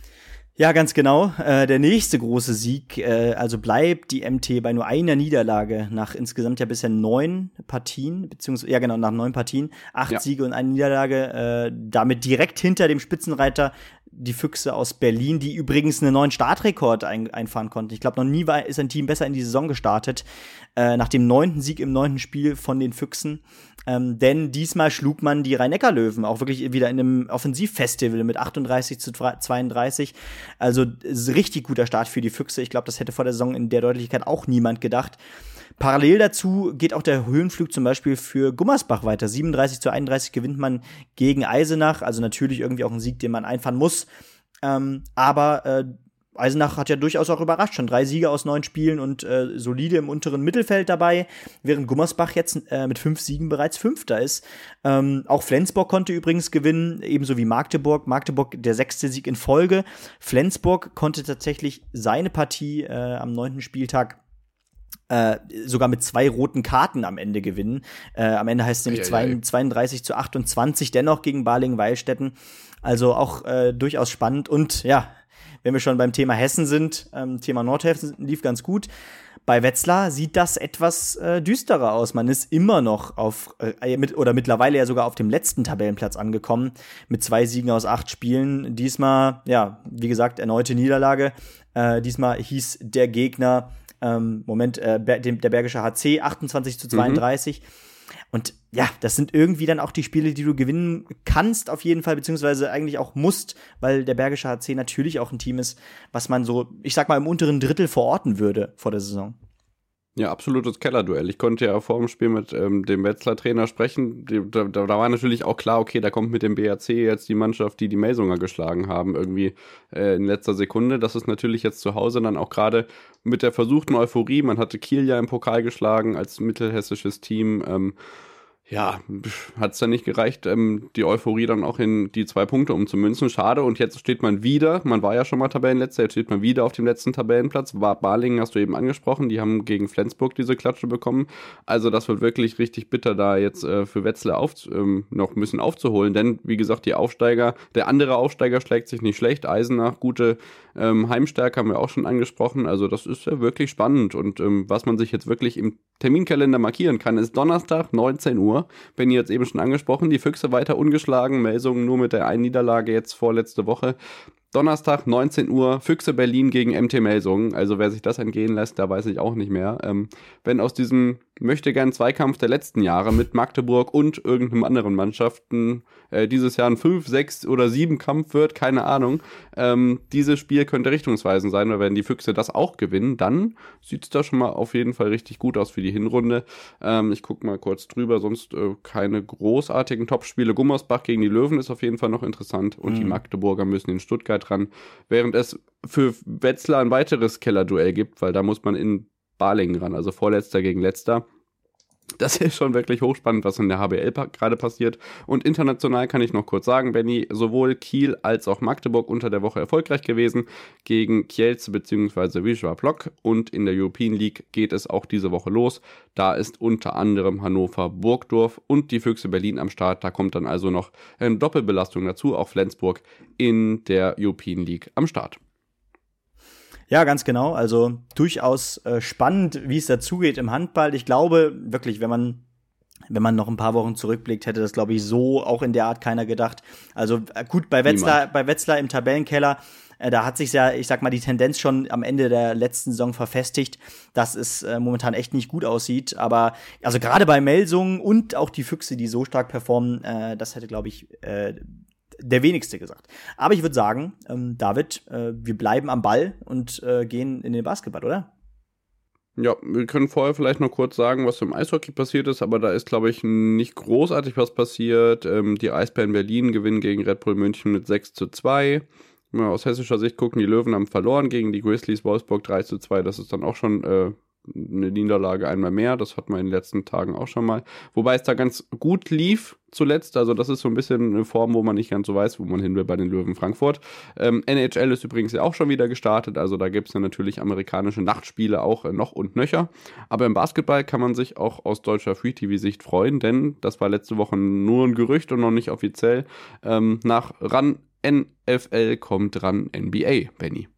Ja, ganz genau. Äh, der nächste große Sieg, äh, also bleibt die M T bei nur einer Niederlage nach insgesamt ja bisher neun Partien, beziehungsweise, ja genau, nach neun Partien, acht ja. Siege und eine Niederlage, äh, damit direkt hinter dem Spitzenreiter die Füchse aus Berlin, die übrigens einen neuen Startrekord ein- einfahren konnten. Ich glaube, noch nie war, ist ein Team besser in die Saison gestartet, äh, nach dem neunten Sieg im neunten Spiel von den Füchsen. Ähm, denn diesmal schlug man die Rhein-Neckar-Löwen auch wirklich wieder in einem Offensivfestival mit achtunddreißig zu zweiunddreißig. Also richtig guter Start für die Füchse. Ich glaube, das hätte vor der Saison in der Deutlichkeit auch niemand gedacht. Parallel dazu geht auch der Höhenflug zum Beispiel für Gummersbach weiter. siebenunddreißig zu einunddreißig gewinnt man gegen Eisenach. Also natürlich irgendwie auch ein Sieg, den man einfahren muss. Ähm, aber äh, Eisenach hat ja durchaus auch überrascht. Schon drei Siege aus neun Spielen und äh, solide im unteren Mittelfeld dabei. Während Gummersbach jetzt äh, mit fünf Siegen bereits Fünfter ist. Ähm, auch Flensburg konnte übrigens gewinnen, ebenso wie Magdeburg. Magdeburg der sechste Sieg in Folge. Flensburg konnte tatsächlich seine Partie äh, am neunten Spieltag Äh, sogar mit zwei roten Karten am Ende gewinnen. Äh, am Ende heißt es nämlich ja, ja, ja. zweiunddreißig zu achtundzwanzig, dennoch gegen Balingen-Weilstätten. Also auch äh, durchaus spannend. Und ja, wenn wir schon beim Thema Hessen sind, ähm, Thema Nordhessen lief ganz gut. Bei Wetzlar sieht das etwas äh, düsterer aus. Man ist immer noch auf, äh, mit, oder mittlerweile ja sogar auf dem letzten Tabellenplatz angekommen, mit zwei Siegen aus acht Spielen. Diesmal, ja, wie gesagt, erneute Niederlage. Äh, diesmal hieß der Gegner Ähm, Moment, äh, der Bergische H C, achtundzwanzig zu zweiunddreißig. Mhm. Und ja, das sind irgendwie dann auch die Spiele, die du gewinnen kannst auf jeden Fall, beziehungsweise eigentlich auch musst, weil der Bergische H C natürlich auch ein Team ist, was man so, ich sag mal, im unteren Drittel verorten würde vor der Saison. Ja, absolutes Kellerduell. Ich konnte ja vor dem Spiel mit ähm, dem Wetzlar-Trainer sprechen. Die, da, da war natürlich auch klar, okay, da kommt mit dem B H C jetzt die Mannschaft, die die Melsunger geschlagen haben, irgendwie äh, in letzter Sekunde. Das ist natürlich jetzt zu Hause dann auch gerade mit der versuchten Euphorie. Man hatte Kiel ja im Pokal geschlagen als mittelhessisches Team. Ähm, Ja, hat es dann nicht gereicht, ähm, die Euphorie dann auch in die zwei Punkte umzumünzen. Schade, und jetzt steht man wieder, man war ja schon mal Tabellenletzter, jetzt steht man wieder auf dem letzten Tabellenplatz. War Balingen, hast du eben angesprochen, die haben gegen Flensburg diese Klatsche bekommen. Also das wird wirklich richtig bitter, da jetzt äh, für Wetzlar auf, ähm, noch ein bisschen aufzuholen. Denn, wie gesagt, die Aufsteiger, der andere Aufsteiger schlägt sich nicht schlecht. Eisenach, gute ähm, Heimstärke haben wir auch schon angesprochen. Also das ist ja wirklich spannend. Und ähm, was man sich jetzt wirklich im Terminkalender markieren kann, ist Donnerstag, neunzehn Uhr. Benni jetzt eben schon angesprochen, die Füchse weiter ungeschlagen, Melsungen nur mit der einen Niederlage jetzt vorletzte Woche. Donnerstag, neunzehn Uhr, Füchse Berlin gegen M T Melsungen. Also wer sich das entgehen lässt, da weiß ich auch nicht mehr. Ähm, wenn aus diesem möchte gern Zweikampf der letzten Jahre mit Magdeburg und irgendeinem anderen Mannschaften äh, dieses Jahr ein fünf, sechs oder sieben Kampf wird, keine Ahnung. Ähm, dieses Spiel könnte richtungsweisend sein, weil wenn die Füchse das auch gewinnen, dann sieht es da schon mal auf jeden Fall richtig gut aus für die Hinrunde. Ähm, ich gucke mal kurz drüber, sonst äh, keine großartigen Topspiele. Gummersbach gegen die Löwen ist auf jeden Fall noch interessant und mhm. die Magdeburger müssen in Stuttgart ran, während es für Wetzlar ein weiteres Kellerduell gibt, weil da muss man in Balingen ran, also Vorletzter gegen Letzter. Das ist schon wirklich hochspannend, was in der H B L pa- gerade passiert. Und international kann ich noch kurz sagen, Benni, sowohl Kiel als auch Magdeburg unter der Woche erfolgreich gewesen gegen Kielce bzw. Wisła Płock. Und in der European League geht es auch diese Woche los. Da ist unter anderem Hannover Burgdorf und die Füchse Berlin am Start. Da kommt dann also noch eine Doppelbelastung dazu, auch Flensburg in der European League am Start. Ja, ganz genau. Also durchaus äh, spannend, wie es dazugeht im Handball. Ich glaube wirklich, wenn man wenn man noch ein paar Wochen zurückblickt, hätte das, glaube ich, so auch in der Art keiner gedacht. Also äh, gut, bei Wetzlar, Niemand. bei Wetzlar im Tabellenkeller, äh, da hat sich ja, ich sag mal, die Tendenz schon am Ende der letzten Saison verfestigt, dass es äh, momentan echt nicht gut aussieht. Aber also gerade bei Melsungen und auch die Füchse, die so stark performen, äh, das hätte, glaube ich, äh, der wenigste gesagt. Aber ich würde sagen, ähm, David, äh, wir bleiben am Ball und äh, gehen in den Basketball, oder? Ja, wir können vorher vielleicht noch kurz sagen, was im Eishockey passiert ist, aber da ist, glaube ich, nicht großartig was passiert. Ähm, die Eisbären Berlin gewinnen gegen Red Bull München mit sechs zu zwei. Wenn wir aus hessischer Sicht gucken, die Löwen haben verloren gegen die Grizzlies Wolfsburg drei zu zwei. Das ist dann auch schon äh, eine Niederlage einmal mehr. Das hatten wir in den letzten Tagen auch schon mal. Wobei es da ganz gut lief zuletzt. Also das ist so ein bisschen eine Form, wo man nicht ganz so weiß, wo man hin will bei den Löwen Frankfurt. Ähm, N H L ist übrigens ja auch schon wieder gestartet. Also da gibt es ja natürlich amerikanische Nachtspiele auch äh, noch und nöcher. Aber im Basketball kann man sich auch aus deutscher Free-T V Sicht freuen, denn das war letzte Woche nur ein Gerücht und noch nicht offiziell. Ähm, nach RAN N F L kommt RAN N B A, Benny.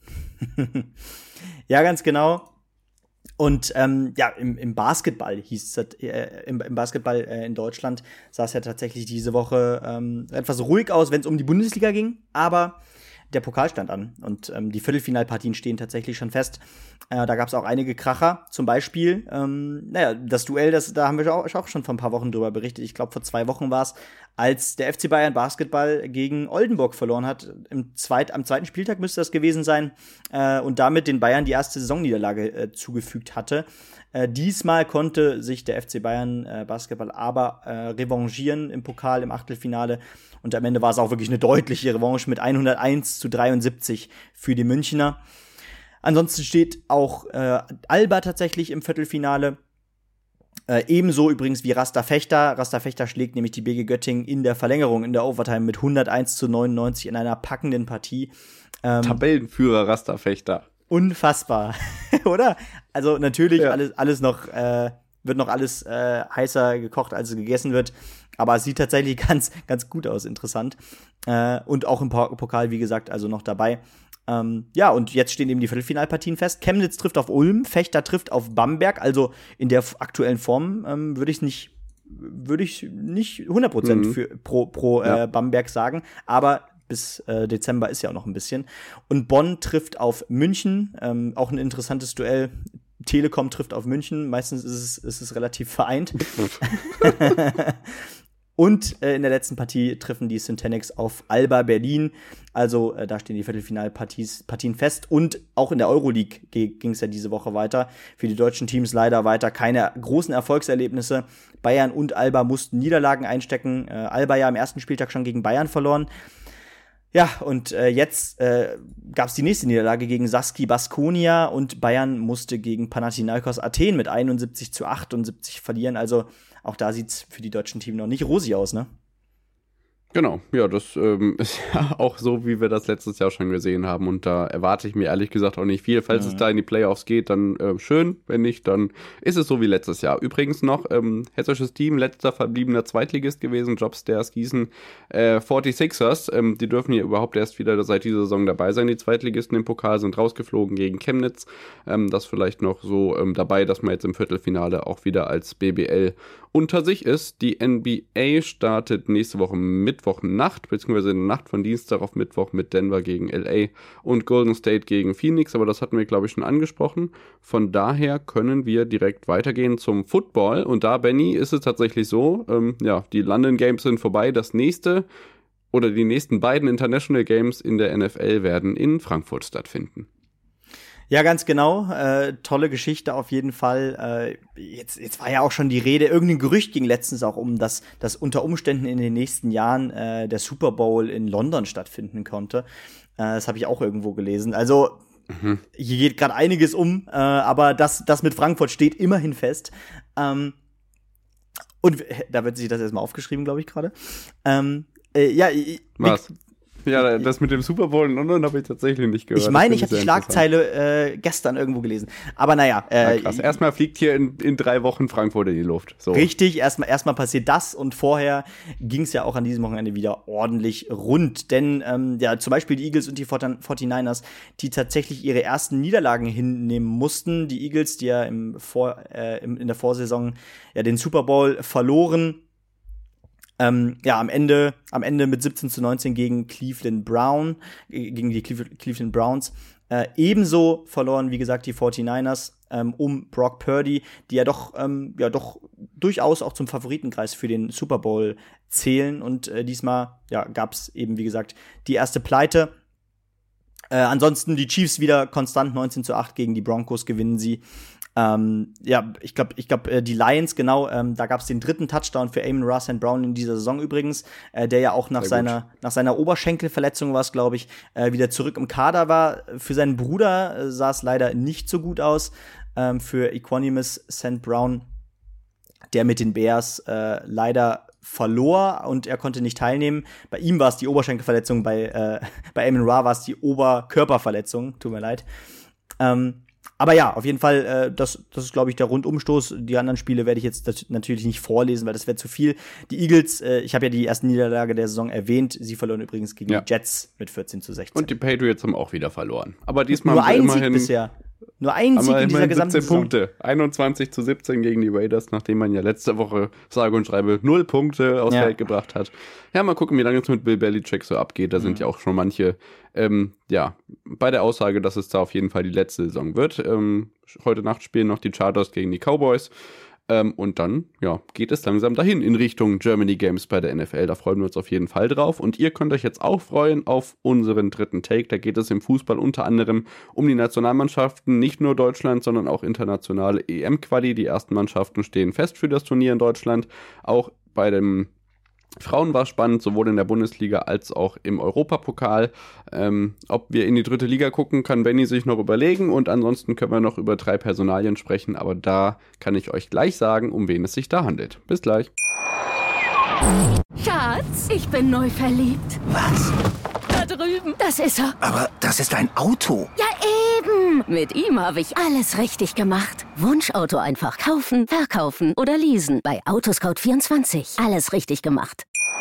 Ja, ganz genau. Und ähm, ja, im, im Basketball hieß es, äh, im, im Basketball äh, in Deutschland sah es ja tatsächlich diese Woche ähm, etwas ruhig aus, wenn es um die Bundesliga ging, aber der Pokal stand an und ähm, die Viertelfinalpartien stehen tatsächlich schon fest. Äh, da gab es auch einige Kracher, zum Beispiel, ähm, naja, das Duell, das, da haben wir auch, auch schon vor ein paar Wochen drüber berichtet, ich glaube vor zwei Wochen war es, als der F C Bayern Basketball gegen Oldenburg verloren hat. Im zweit, am zweiten Spieltag müsste das gewesen sein äh, und damit den Bayern die erste Saisonniederlage äh, zugefügt hatte. Äh, diesmal konnte sich der F C Bayern äh, Basketball aber äh, revanchieren im Pokal, im Achtelfinale. Und am Ende war es auch wirklich eine deutliche Revanche mit hunderteins zu dreiundsiebzig für die Münchner. Ansonsten steht auch äh, Alba tatsächlich im Viertelfinale. Äh, ebenso übrigens wie Rasta Fechter. Rasta Fechter schlägt nämlich die B G Göttingen in der Verlängerung, in der Overtime mit hunderteins zu neunundneunzig in einer packenden Partie. Ähm, Tabellenführer Rasta Fechter. Unfassbar, oder? Also natürlich ja. alles, alles noch, äh, wird noch alles äh, heißer gekocht, als es gegessen wird. Aber es sieht tatsächlich ganz, ganz gut aus, interessant. Äh, und auch im Pokal, wie gesagt, also noch dabei. Ähm, ja, und jetzt stehen eben die Viertelfinalpartien fest. Chemnitz trifft auf Ulm, Fechter trifft auf Bamberg. Also in der f- aktuellen Form ähm, würde ich nicht, würde ich nicht hundert Prozent mhm. für, pro, pro ja. äh, Bamberg sagen. Aber bis äh, Dezember ist ja auch noch ein bisschen. Und Bonn trifft auf München. Ähm, auch ein interessantes Duell. Telekom trifft auf München. Meistens ist es, ist es relativ vereint. Und äh, in der letzten Partie treffen die Syntanix auf Alba Berlin. Also äh, da stehen die Viertelfinalpartien fest. Und auch in der Euroleague g- ging es ja diese Woche weiter. Für die deutschen Teams leider weiter keine großen Erfolgserlebnisse. Bayern und Alba mussten Niederlagen einstecken. Äh, Alba ja am ersten Spieltag schon gegen Bayern verloren. Ja, und äh, jetzt äh, gab es die nächste Niederlage gegen Saski Baskonia und Bayern musste gegen Panathinaikos Athen mit einundsiebzig zu achtundsiebzig verlieren. Also auch da sieht's für die deutschen Teams noch nicht rosig aus, ne? Genau, ja, das ähm, ist ja auch so, wie wir das letztes Jahr schon gesehen haben und da erwarte ich mir ehrlich gesagt auch nicht viel. Falls mhm. es da in die Playoffs geht, dann äh, schön, wenn nicht, dann ist es so wie letztes Jahr. Übrigens noch, ähm, hessisches Team, letzter verbliebener Zweitligist gewesen, Jobstairs Gießen, äh, forty-sixers, ähm, die dürfen hier überhaupt erst wieder seit dieser Saison dabei sein, die Zweitligisten im Pokal sind rausgeflogen gegen Chemnitz, ähm, das vielleicht noch so ähm, dabei, dass man jetzt im Viertelfinale auch wieder als B B L unter sich ist. Die N B A startet nächste Woche Mittwochnacht, beziehungsweise in der Nacht von Dienstag auf Mittwoch mit Denver gegen L A und Golden State gegen Phoenix, aber das hatten wir, glaube ich, schon angesprochen. Von daher können wir direkt weitergehen zum Football und da, Benny, ist es tatsächlich so, ähm, ja, die London Games sind vorbei, das nächste oder die nächsten beiden International Games in der N F L werden in Frankfurt stattfinden. Ja, ganz genau. Äh, tolle Geschichte auf jeden Fall. Äh, jetzt, jetzt war ja auch schon die Rede, irgendein Gerücht ging letztens auch um, dass, dass unter Umständen in den nächsten Jahren äh, der Super Bowl in London stattfinden konnte. Äh, das habe ich auch irgendwo gelesen. Also mhm. hier geht gerade einiges um, äh, aber das, das mit Frankfurt steht immerhin fest. Ähm, und da wird sich das erstmal aufgeschrieben, glaube ich, gerade. Ähm, äh, ja, Was? Ja, das mit dem Super Bowl in London habe ich tatsächlich nicht gehört. Ich meine, ich habe die Schlagzeile äh, gestern irgendwo gelesen. Aber naja. Äh, ja, krass. Erstmal fliegt hier in, in drei Wochen Frankfurt in die Luft. So. Richtig, erstmal erstmal passiert das und vorher ging es ja auch an diesem Wochenende wieder ordentlich rund. Denn ähm, ja, zum Beispiel die Eagles und die forty-niners, die tatsächlich ihre ersten Niederlagen hinnehmen mussten. Die Eagles, die ja im Vor, äh, im, in der Vorsaison ja den Super Bowl verloren. Ähm, ja, am Ende, am Ende mit siebzehn zu neunzehn gegen Cleveland Brown, äh, gegen die Cleve- Cleveland Browns. Äh, ebenso verloren, wie gesagt, die forty-niners ähm, um Brock Purdy, die ja doch, ähm, ja doch durchaus auch zum Favoritenkreis für den Super Bowl zählen. Und äh, diesmal, ja, gab's eben, wie gesagt, die erste Pleite. Äh, ansonsten die Chiefs wieder konstant neunzehn zu acht gegen die Broncos gewinnen sie. Ähm, ja, ich glaube, ich glaube, äh, die Lions, genau, ähm, da gab es den dritten Touchdown für Amon-Ra Saint Brown in dieser Saison übrigens, äh, der ja auch nach seiner, nach seiner Oberschenkelverletzung war es, glaube ich, äh, wieder zurück im Kader war. Für seinen Bruder äh, sah es leider nicht so gut aus, ähm, für Equanimeous Saint Brown, der mit den Bears äh, leider verlor und er konnte nicht teilnehmen. Bei ihm war es die Oberschenkelverletzung, bei, äh, bei Amon-Ra war es die Oberkörperverletzung, tut mir leid. Ähm, Aber ja, auf jeden Fall, äh, das, das ist, glaube ich, der Rundumstoß. Die anderen Spiele werde ich jetzt das natürlich nicht vorlesen, weil das wäre zu viel. Die Eagles, äh, ich habe ja die erste Niederlage der Saison erwähnt. Sie verloren übrigens gegen ja. die Jets mit vierzehn zu sechzehn. Und die Patriots haben auch wieder verloren. Aber diesmal nur haben sie ein immerhin Sieg bisher. Nur ein Sieg in dieser gesamten siebzehn Punkte. einundzwanzig zu siebzehn gegen die Raiders, nachdem man ja letzte Woche sage und schreibe null Punkte aufs ja. Feld gebracht hat. Ja, mal gucken, wie lange es mit Bill Belichick so abgeht. Da mhm. sind ja auch schon manche, ähm, ja, bei der Aussage, dass es da auf jeden Fall die letzte Saison wird. Ähm, heute Nacht spielen noch die Chargers gegen die Cowboys. Ähm, und dann, ja, geht es langsam dahin in Richtung Germany Games bei der N F L. Da freuen wir uns auf jeden Fall drauf. Und ihr könnt euch jetzt auch freuen auf unseren dritten Take. Da geht es im Fußball unter anderem um die Nationalmannschaften. Nicht nur Deutschland, sondern auch internationale E M-Quali. Die ersten Mannschaften stehen fest für das Turnier in Deutschland. Auch bei dem Frauen war spannend, sowohl in der Bundesliga als auch im Europapokal. Ähm, ob wir in die dritte Liga gucken, kann Benny sich noch überlegen und ansonsten können wir noch über drei Personalien sprechen, aber da kann ich euch gleich sagen, um wen es sich da handelt. Bis gleich. Schatz, ich bin neu verliebt. Was? Da drüben. Das ist er. Aber das ist ein Auto. Ja, eben. Mit ihm habe ich alles richtig gemacht. Wunschauto einfach kaufen, verkaufen oder leasen. Bei Autoscout vierundzwanzig. Alles richtig gemacht.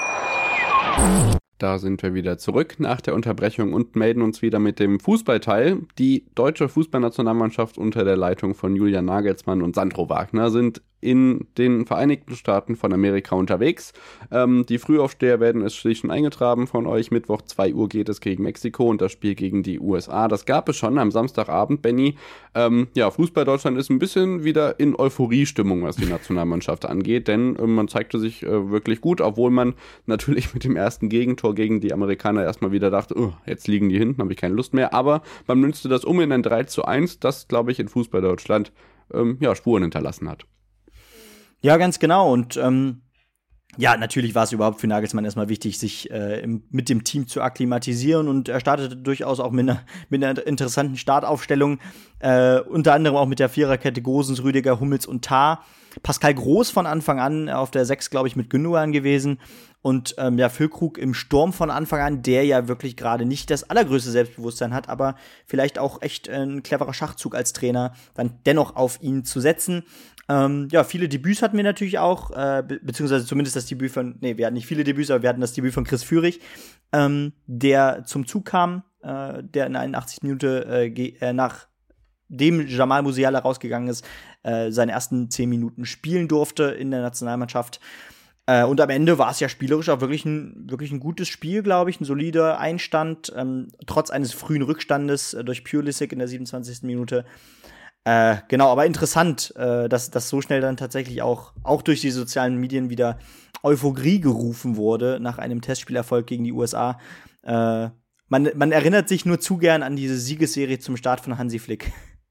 Da sind wir wieder zurück nach der Unterbrechung und melden uns wieder mit dem Fußballteil. Die deutsche Fußballnationalmannschaft unter der Leitung von Julian Nagelsmann und Sandro Wagner sind in den Vereinigten Staaten von Amerika unterwegs. Ähm, die Frühaufsteher werden es schlicht schon eingetragen von euch. Mittwoch zwei Uhr geht es gegen Mexiko und das Spiel gegen die U S A. Das gab es schon am Samstagabend, Benny. Ähm, ja, Fußball Deutschland ist ein bisschen wieder in Euphoriestimmung, was die Nationalmannschaft angeht, denn äh, man zeigte sich äh, wirklich gut, obwohl man natürlich mit dem ersten Gegentor gegen die Amerikaner erstmal wieder dachte, oh, jetzt liegen die hinten, habe ich keine Lust mehr. Aber man münzte das um in ein drei zu eins, das, glaube ich, in Fußball Deutschland ähm, ja, Spuren hinterlassen hat. Ja, ganz genau. Und ähm, ja, natürlich war es überhaupt für Nagelsmann erstmal wichtig, sich äh, im, mit dem Team zu akklimatisieren. Und er startete durchaus auch mit einer, mit einer interessanten Startaufstellung. Äh, unter anderem auch mit der Viererkette Gosens, Rüdiger, Hummels und Tah. Pascal Groß von Anfang an auf der sechs, glaube ich, mit Gündogan gewesen. Und ähm, ja, Füllkrug im Sturm von Anfang an, der ja wirklich gerade nicht das allergrößte Selbstbewusstsein hat, aber vielleicht auch echt ein cleverer Schachzug als Trainer, dann dennoch auf ihn zu setzen. Ähm, ja, viele Debüts hatten wir natürlich auch, äh, be- beziehungsweise zumindest das Debüt von, nee, wir hatten nicht viele Debüts, aber wir hatten das Debüt von Chris Führig, ähm, der zum Zug kam, äh, der in einundachtzig Minuten äh, ge- äh, nach dem Jamal Musiala rausgegangen ist, äh, seine ersten zehn Minuten spielen durfte in der Nationalmannschaft. Äh, und am Ende war es ja spielerisch auch wirklich ein, wirklich ein gutes Spiel, glaube ich, ein solider Einstand, ähm, trotz eines frühen Rückstandes äh, durch Pulisic in der siebenundzwanzigsten Minute. Äh, genau, aber interessant, äh, dass das so schnell dann tatsächlich auch, auch durch die sozialen Medien wieder Euphorie gerufen wurde nach einem Testspielerfolg gegen die U S A. Äh, man, man erinnert sich nur zu gern an diese Siegesserie zum Start von Hansi Flick.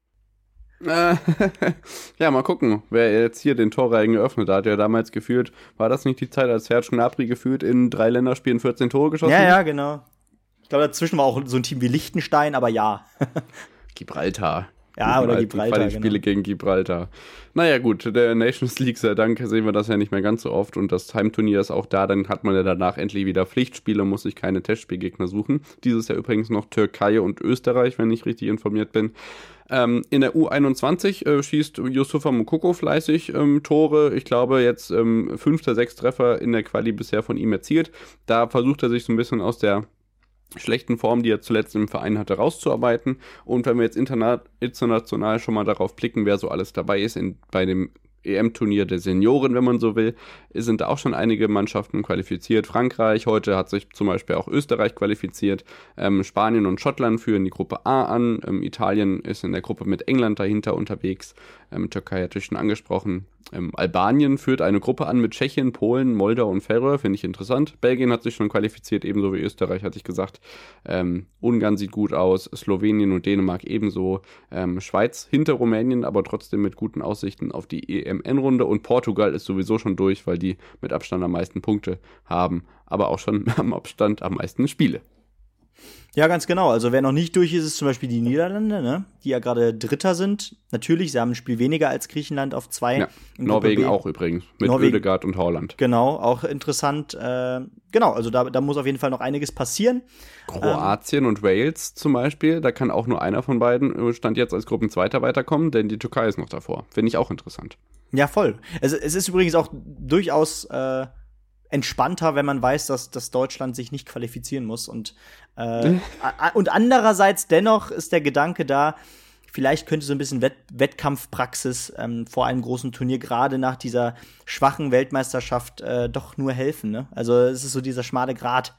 Ja, mal gucken, wer jetzt hier den Torreigen geöffnet hat. Ja, damals gefühlt, war das nicht die Zeit, als Serge Gnabry gefühlt in drei Länderspielen vierzehn Tore geschossen hat? Ja, ja, genau. Ich glaube, dazwischen war auch so ein Team wie Liechtenstein, aber ja. Gibraltar. Ja, oder Gibraltar, die Spiele genau. Gegen Gibraltar. Naja, gut, der Nations League, sei Dank, sehen wir das ja nicht mehr ganz so oft. Und das Heimturnier ist auch da, dann hat man ja danach endlich wieder Pflichtspiele, muss sich keine Testspielgegner suchen. Dieses Jahr übrigens noch Türkei und Österreich, wenn ich richtig informiert bin. Ähm, in der U einundzwanzig äh, schießt Yusufa Moukoko fleißig ähm, Tore. Ich glaube, jetzt ähm, fünfter, sechs Treffer in der Quali bisher von ihm erzielt. Da versucht er sich so ein bisschen aus der schlechten Form, die er zuletzt im Verein hatte, rauszuarbeiten. Und wenn wir jetzt interna- international schon mal darauf blicken, wer so alles dabei ist in, bei dem E M-Turnier der Senioren, wenn man so will, sind da auch schon einige Mannschaften qualifiziert. Frankreich, heute hat sich zum Beispiel auch Österreich qualifiziert. Ähm, Spanien und Schottland führen die Gruppe A an. Ähm, Italien ist in der Gruppe mit England dahinter unterwegs. Ähm, Türkei hatte ich schon angesprochen. Ähm, Albanien führt eine Gruppe an mit Tschechien, Polen, Moldau und Färöer, finde ich interessant. Belgien hat sich schon qualifiziert, ebenso wie Österreich, hatte ich gesagt. Ähm, Ungarn sieht gut aus, Slowenien und Dänemark ebenso. Ähm, Schweiz hinter Rumänien, aber trotzdem mit guten Aussichten auf die E M-Endrunde. Und Portugal ist sowieso schon durch, weil die mit Abstand am meisten Punkte haben, aber auch schon am Abstand am meisten Spiele. Ja, ganz genau. Also wer noch nicht durch ist, ist zum Beispiel die Niederlande, ne? Die ja gerade Dritter sind. Natürlich, sie haben ein Spiel weniger als Griechenland auf zwei. Ja, Norwegen auch übrigens, mit Norwegen, Ødegaard und Haaland. Genau, auch interessant. Äh, genau, also da, da muss auf jeden Fall noch einiges passieren. Kroatien ähm, und Wales zum Beispiel, da kann auch nur einer von beiden, Stand jetzt als Gruppenzweiter, weiterkommen, denn die Türkei ist noch davor. Finde ich auch interessant. Ja, voll. Also, es ist übrigens auch durchaus äh, entspannter, wenn man weiß, dass, dass Deutschland sich nicht qualifizieren muss. Und, äh, und andererseits dennoch ist der Gedanke da, vielleicht könnte so ein bisschen Wett- Wettkampfpraxis ähm, vor einem großen Turnier gerade nach dieser schwachen Weltmeisterschaft äh, doch nur helfen. Ne? Also es ist so dieser schmale Grat.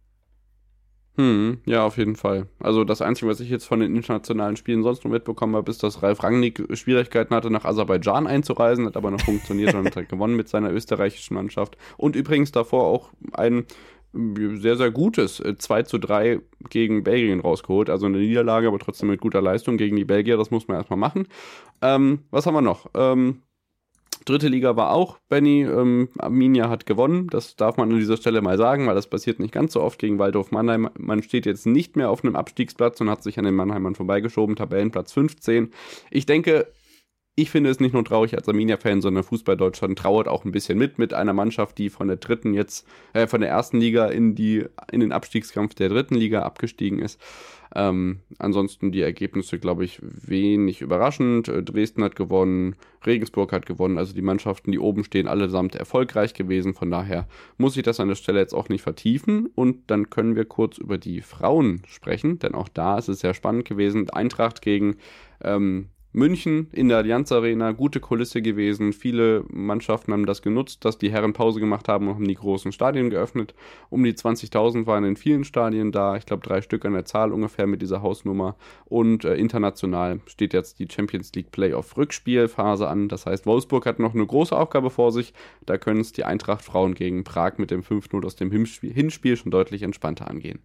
Hm, ja, auf jeden Fall. Also das Einzige, was ich jetzt von den internationalen Spielen sonst noch mitbekommen habe, ist, dass Ralf Rangnick Schwierigkeiten hatte, nach Aserbaidschan einzureisen, hat aber noch funktioniert und hat gewonnen mit seiner österreichischen Mannschaft. Und übrigens davor auch ein sehr, sehr gutes zwei zu drei gegen Belgien rausgeholt. Also eine Niederlage, aber trotzdem mit guter Leistung gegen die Belgier. Das muss man erstmal machen. Ähm, was haben wir noch? Ähm, Dritte Liga war auch, Benny, ähm, Arminia hat gewonnen, das darf man an dieser Stelle mal sagen, weil das passiert nicht ganz so oft gegen Waldhof Mannheim. Man steht jetzt nicht mehr auf einem Abstiegsplatz und hat sich an den Mannheimern vorbeigeschoben, Tabellenplatz fünfzehn. Ich denke, ich finde es nicht nur traurig als Arminia-Fan, sondern Fußball Deutschland trauert auch ein bisschen mit, mit einer Mannschaft, die von der dritten jetzt, äh, von der ersten Liga in die, in den Abstiegskampf der dritten Liga abgestiegen ist. Ähm, ansonsten die Ergebnisse, glaube ich, wenig überraschend. Dresden hat gewonnen, Regensburg hat gewonnen, also die Mannschaften, die oben stehen, allesamt erfolgreich gewesen. Von daher muss ich das an der Stelle jetzt auch nicht vertiefen. Und dann können wir kurz über die Frauen sprechen, denn auch da ist es sehr spannend gewesen. Eintracht gegen ähm, München in der Allianz Arena, gute Kulisse gewesen. Viele Mannschaften haben das genutzt, dass die Herren Pause gemacht haben und haben die großen Stadien geöffnet. Um die zwanzigtausend waren in vielen Stadien da. Ich glaube, drei Stück an der Zahl ungefähr mit dieser Hausnummer. Und äh, international steht jetzt die Champions League Playoff-Rückspielphase an. Das heißt, Wolfsburg hat noch eine große Aufgabe vor sich. Da können es die Eintracht-Frauen gegen Prag mit dem fünf null aus dem Hinspiel, Hinspiel schon deutlich entspannter angehen.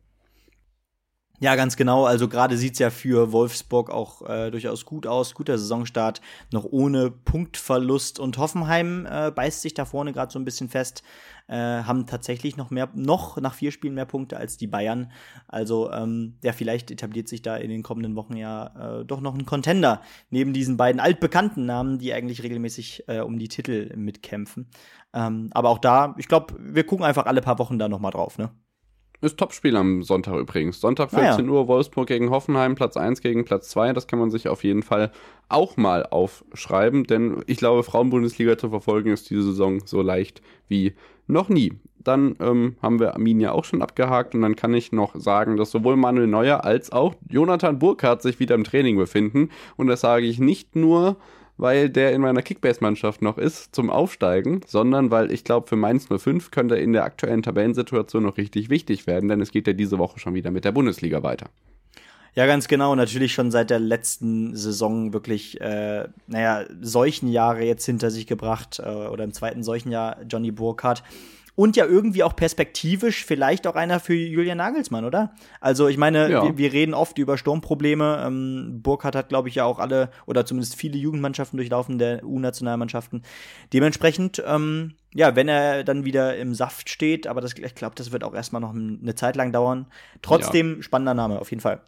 Ja, ganz genau. Also gerade sieht's ja für Wolfsburg auch äh, durchaus gut aus. Guter Saisonstart, noch ohne Punktverlust. Und Hoffenheim äh, beißt sich da vorne gerade so ein bisschen fest. Äh, haben tatsächlich noch mehr, noch nach vier Spielen mehr Punkte als die Bayern. Also ähm, ja, vielleicht etabliert sich da in den kommenden Wochen ja äh, doch noch ein Contender neben diesen beiden altbekannten Namen, die eigentlich regelmäßig äh, um die Titel mitkämpfen. Ähm, aber auch da, ich glaube, wir gucken einfach alle paar Wochen da noch mal drauf, ne? Ist Topspiel am Sonntag übrigens. Sonntag vierzehn Uhr, Wolfsburg gegen Hoffenheim, Platz eins gegen Platz zwei. Das kann man sich auf jeden Fall auch mal aufschreiben, denn ich glaube, Frauenbundesliga zu verfolgen ist diese Saison so leicht wie noch nie. Dann ähm, haben wir Arminia auch schon abgehakt und dann kann ich noch sagen, dass sowohl Manuel Neuer als auch Jonathan Burkhardt sich wieder im Training befinden. Und das sage ich nicht nur, weil der in meiner Kickbase-Mannschaft noch ist zum Aufsteigen, sondern weil ich glaube, für Mainz null fünf könnte er in der aktuellen Tabellensituation noch richtig wichtig werden, denn es geht ja diese Woche schon wieder mit der Bundesliga weiter. Ja, ganz genau. Natürlich schon seit der letzten Saison wirklich, äh, naja, Seuchenjahre jetzt hinter sich gebracht äh, oder im zweiten Seuchenjahr Johnny Burkhardt. Und ja irgendwie auch perspektivisch vielleicht auch einer für Julian Nagelsmann, oder? Also ich meine, ja. wir, wir reden oft über Sturmprobleme. Ähm, Burkhardt hat, glaube ich, ja auch alle oder zumindest viele Jugendmannschaften durchlaufen, der U-Nationalmannschaften. Dementsprechend, ähm, ja, wenn er dann wieder im Saft steht, aber das, ich glaube, das wird auch erstmal noch eine Zeit lang dauern. Trotzdem ja. Spannender Name, auf jeden Fall.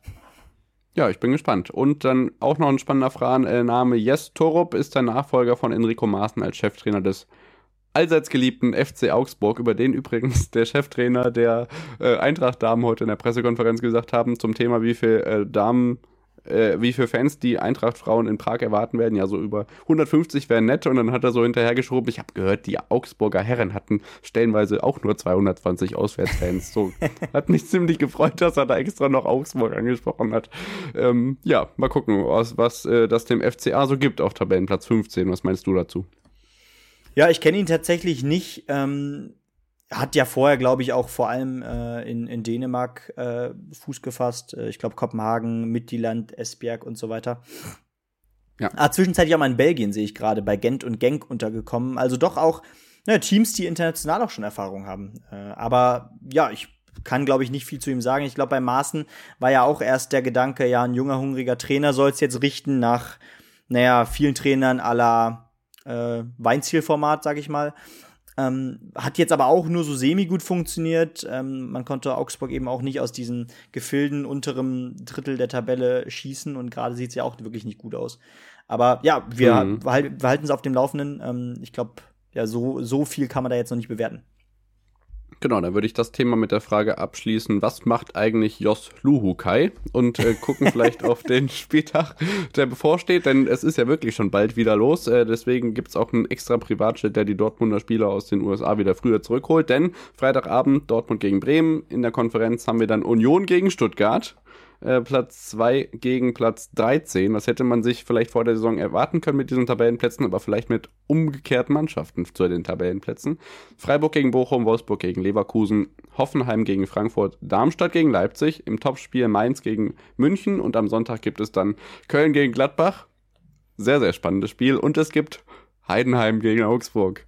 Ja, ich bin gespannt. Und dann auch noch ein spannender Fragen, äh, Name Jes Torup ist der Nachfolger von Enrico Maaßen als Cheftrainer des allseits geliebten F C Augsburg, über den übrigens der Cheftrainer der äh, Eintracht-Damen heute in der Pressekonferenz gesagt haben, zum Thema, wie viel äh, Damen, äh, wie viele Fans die Eintracht-Frauen in Prag erwarten werden. Ja, so über hundertfünfzig wären nett. Und dann hat er so hinterhergeschoben, ich habe gehört, die Augsburger Herren hatten stellenweise auch nur zweihundertzwanzig Auswärtsfans. So, hat mich ziemlich gefreut, dass er da extra noch Augsburg angesprochen hat. Ähm, ja, mal gucken, was, was äh, das dem F C A so gibt auf Tabellenplatz fünfzehn. Was meinst du dazu? Ja, ich kenne ihn tatsächlich nicht. Ähm, hat ja vorher, glaube ich, auch vor allem äh, in, in Dänemark äh, Fuß gefasst. Äh, ich glaube, Kopenhagen, Midtjylland, Esbjerg und so weiter. Ja. Ah, zwischenzeitlich auch mal in Belgien, sehe ich gerade, bei Gent und Genk untergekommen. Also doch auch ja, Teams, die international auch schon Erfahrung haben. Äh, aber ja, ich kann, glaube ich, nicht viel zu ihm sagen. Ich glaube, bei Maaßen war ja auch erst der Gedanke, ja, ein junger, hungriger Trainer soll es jetzt richten nach, naja, vielen Trainern à la äh, Weinzielformat, sag ich mal. Ähm, hat jetzt aber auch nur so semi-gut funktioniert. Ähm, man konnte Augsburg eben auch nicht aus diesen Gefilden unterem Drittel der Tabelle schießen und gerade sieht es ja auch wirklich nicht gut aus. Aber ja, wir, mhm. wir halten es auf dem Laufenden. Ähm, ich glaube, ja, so, so viel kann man da jetzt noch nicht bewerten. Genau, dann würde ich das Thema mit der Frage abschließen, was macht eigentlich Jos Luhukay? Und äh, gucken vielleicht auf den Spieltag, der bevorsteht, denn es ist ja wirklich schon bald wieder los. Äh, deswegen gibt's auch einen extra Privatjet, der die Dortmunder Spieler aus den U S A wieder früher zurückholt. Denn Freitagabend Dortmund gegen Bremen, in der Konferenz haben wir dann Union gegen Stuttgart. Äh, Platz zwei gegen Platz dreizehn. Das hätte man sich vielleicht vor der Saison erwarten können mit diesen Tabellenplätzen, aber vielleicht mit umgekehrten Mannschaften zu den Tabellenplätzen. Freiburg gegen Bochum, Wolfsburg gegen Leverkusen, Hoffenheim gegen Frankfurt, Darmstadt gegen Leipzig, im Topspiel Mainz gegen München und am Sonntag gibt es dann Köln gegen Gladbach. Sehr, sehr spannendes Spiel. Und es gibt Heidenheim gegen Augsburg.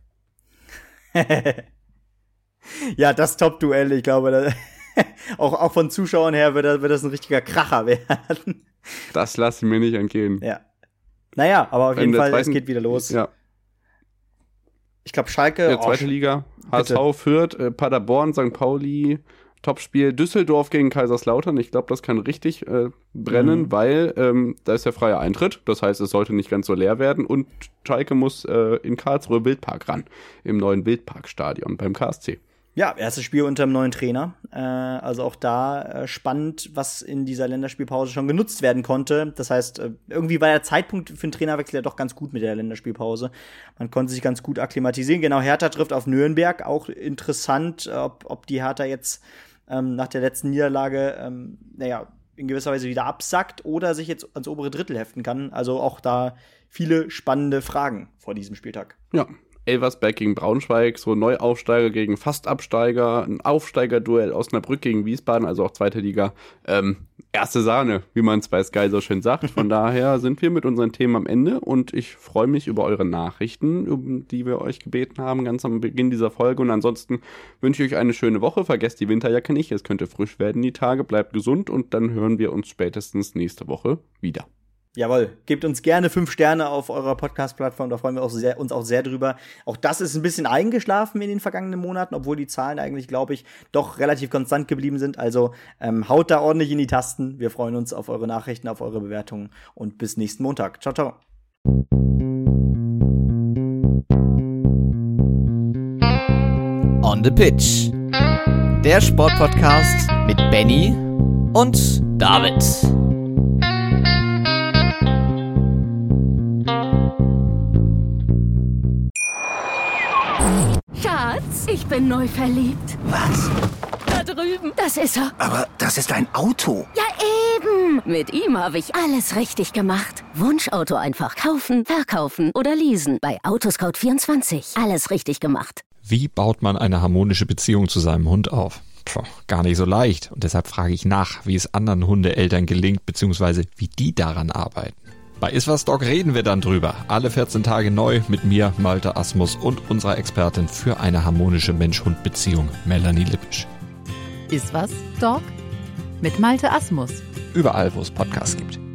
Ja, das Top-Duell, ich glaube, da auch, auch von Zuschauern her wird das, wird das ein richtiger Kracher werden. Das lasse ich mir nicht entgehen. Ja. Naja, aber auf jeden Fall, zweiten, es geht wieder los. Ja. Ich glaube, Schalke. Ja, zweite oh, Liga, H S V, Fürth, äh, Paderborn, Sankt Pauli, Topspiel Düsseldorf gegen Kaiserslautern. Ich glaube, das kann richtig äh, brennen, mhm. weil ähm, da ist ja freier Eintritt. Das heißt, es sollte nicht ganz so leer werden. Und Schalke muss äh, in Karlsruhe Wildpark ran, im neuen Wildparkstadion beim K S C. Ja, erstes Spiel unter dem neuen Trainer. Äh, also auch da äh, spannend, was in dieser Länderspielpause schon genutzt werden konnte. Das heißt, äh, irgendwie war der Zeitpunkt für einen Trainerwechsel ja doch ganz gut mit der Länderspielpause. Man konnte sich ganz gut akklimatisieren. Genau, Hertha trifft auf Nürnberg. Auch interessant, ob, ob die Hertha jetzt ähm, nach der letzten Niederlage, ähm, naja, in gewisser Weise wieder absackt oder sich jetzt ans obere Drittel heften kann. Also auch da viele spannende Fragen vor diesem Spieltag. Ja. Elversberg gegen Braunschweig, so Neuaufsteiger gegen Fastabsteiger, ein Aufsteigerduell Osnabrück gegen Wiesbaden, also auch zweite Liga. Ähm, erste Sahne, wie man es bei Sky so schön sagt. Von daher sind wir mit unseren Themen am Ende und ich freue mich über eure Nachrichten, um die wir euch gebeten haben, ganz am Beginn dieser Folge. Und ansonsten wünsche ich euch eine schöne Woche. Vergesst die Winterjacke nicht, es könnte frisch werden die Tage. Bleibt gesund und dann hören wir uns spätestens nächste Woche wieder. Jawohl, gebt uns gerne fünf Sterne auf eurer Podcast-Plattform, da freuen wir auch sehr, uns auch sehr drüber. Auch das ist ein bisschen eingeschlafen in den vergangenen Monaten, obwohl die Zahlen eigentlich, glaube ich, doch relativ konstant geblieben sind. Also ähm, haut da ordentlich in die Tasten. Wir freuen uns auf eure Nachrichten, auf eure Bewertungen und bis nächsten Montag. Ciao, ciao. On the Pitch. Der Sportpodcast mit Benny und David. Schatz, ich bin neu verliebt. Was? Da drüben. Das ist er. Aber das ist ein Auto. Ja, eben. Mit ihm habe ich alles richtig gemacht. Wunschauto einfach kaufen, verkaufen oder leasen. Bei Autoscout vierundzwanzig. Alles richtig gemacht. Wie baut man eine harmonische Beziehung zu seinem Hund auf? Puh, gar nicht so leicht. Und deshalb frage ich nach, wie es anderen Hundeeltern gelingt, beziehungsweise wie die daran arbeiten. Bei Iswas Dog reden wir dann drüber. Alle vierzehn Tage neu mit mir, Malte Asmus und unserer Expertin für eine harmonische Mensch-Hund-Beziehung, Melanie Lippisch. Iswas Dog mit Malte Asmus. Überall, wo es Podcasts gibt.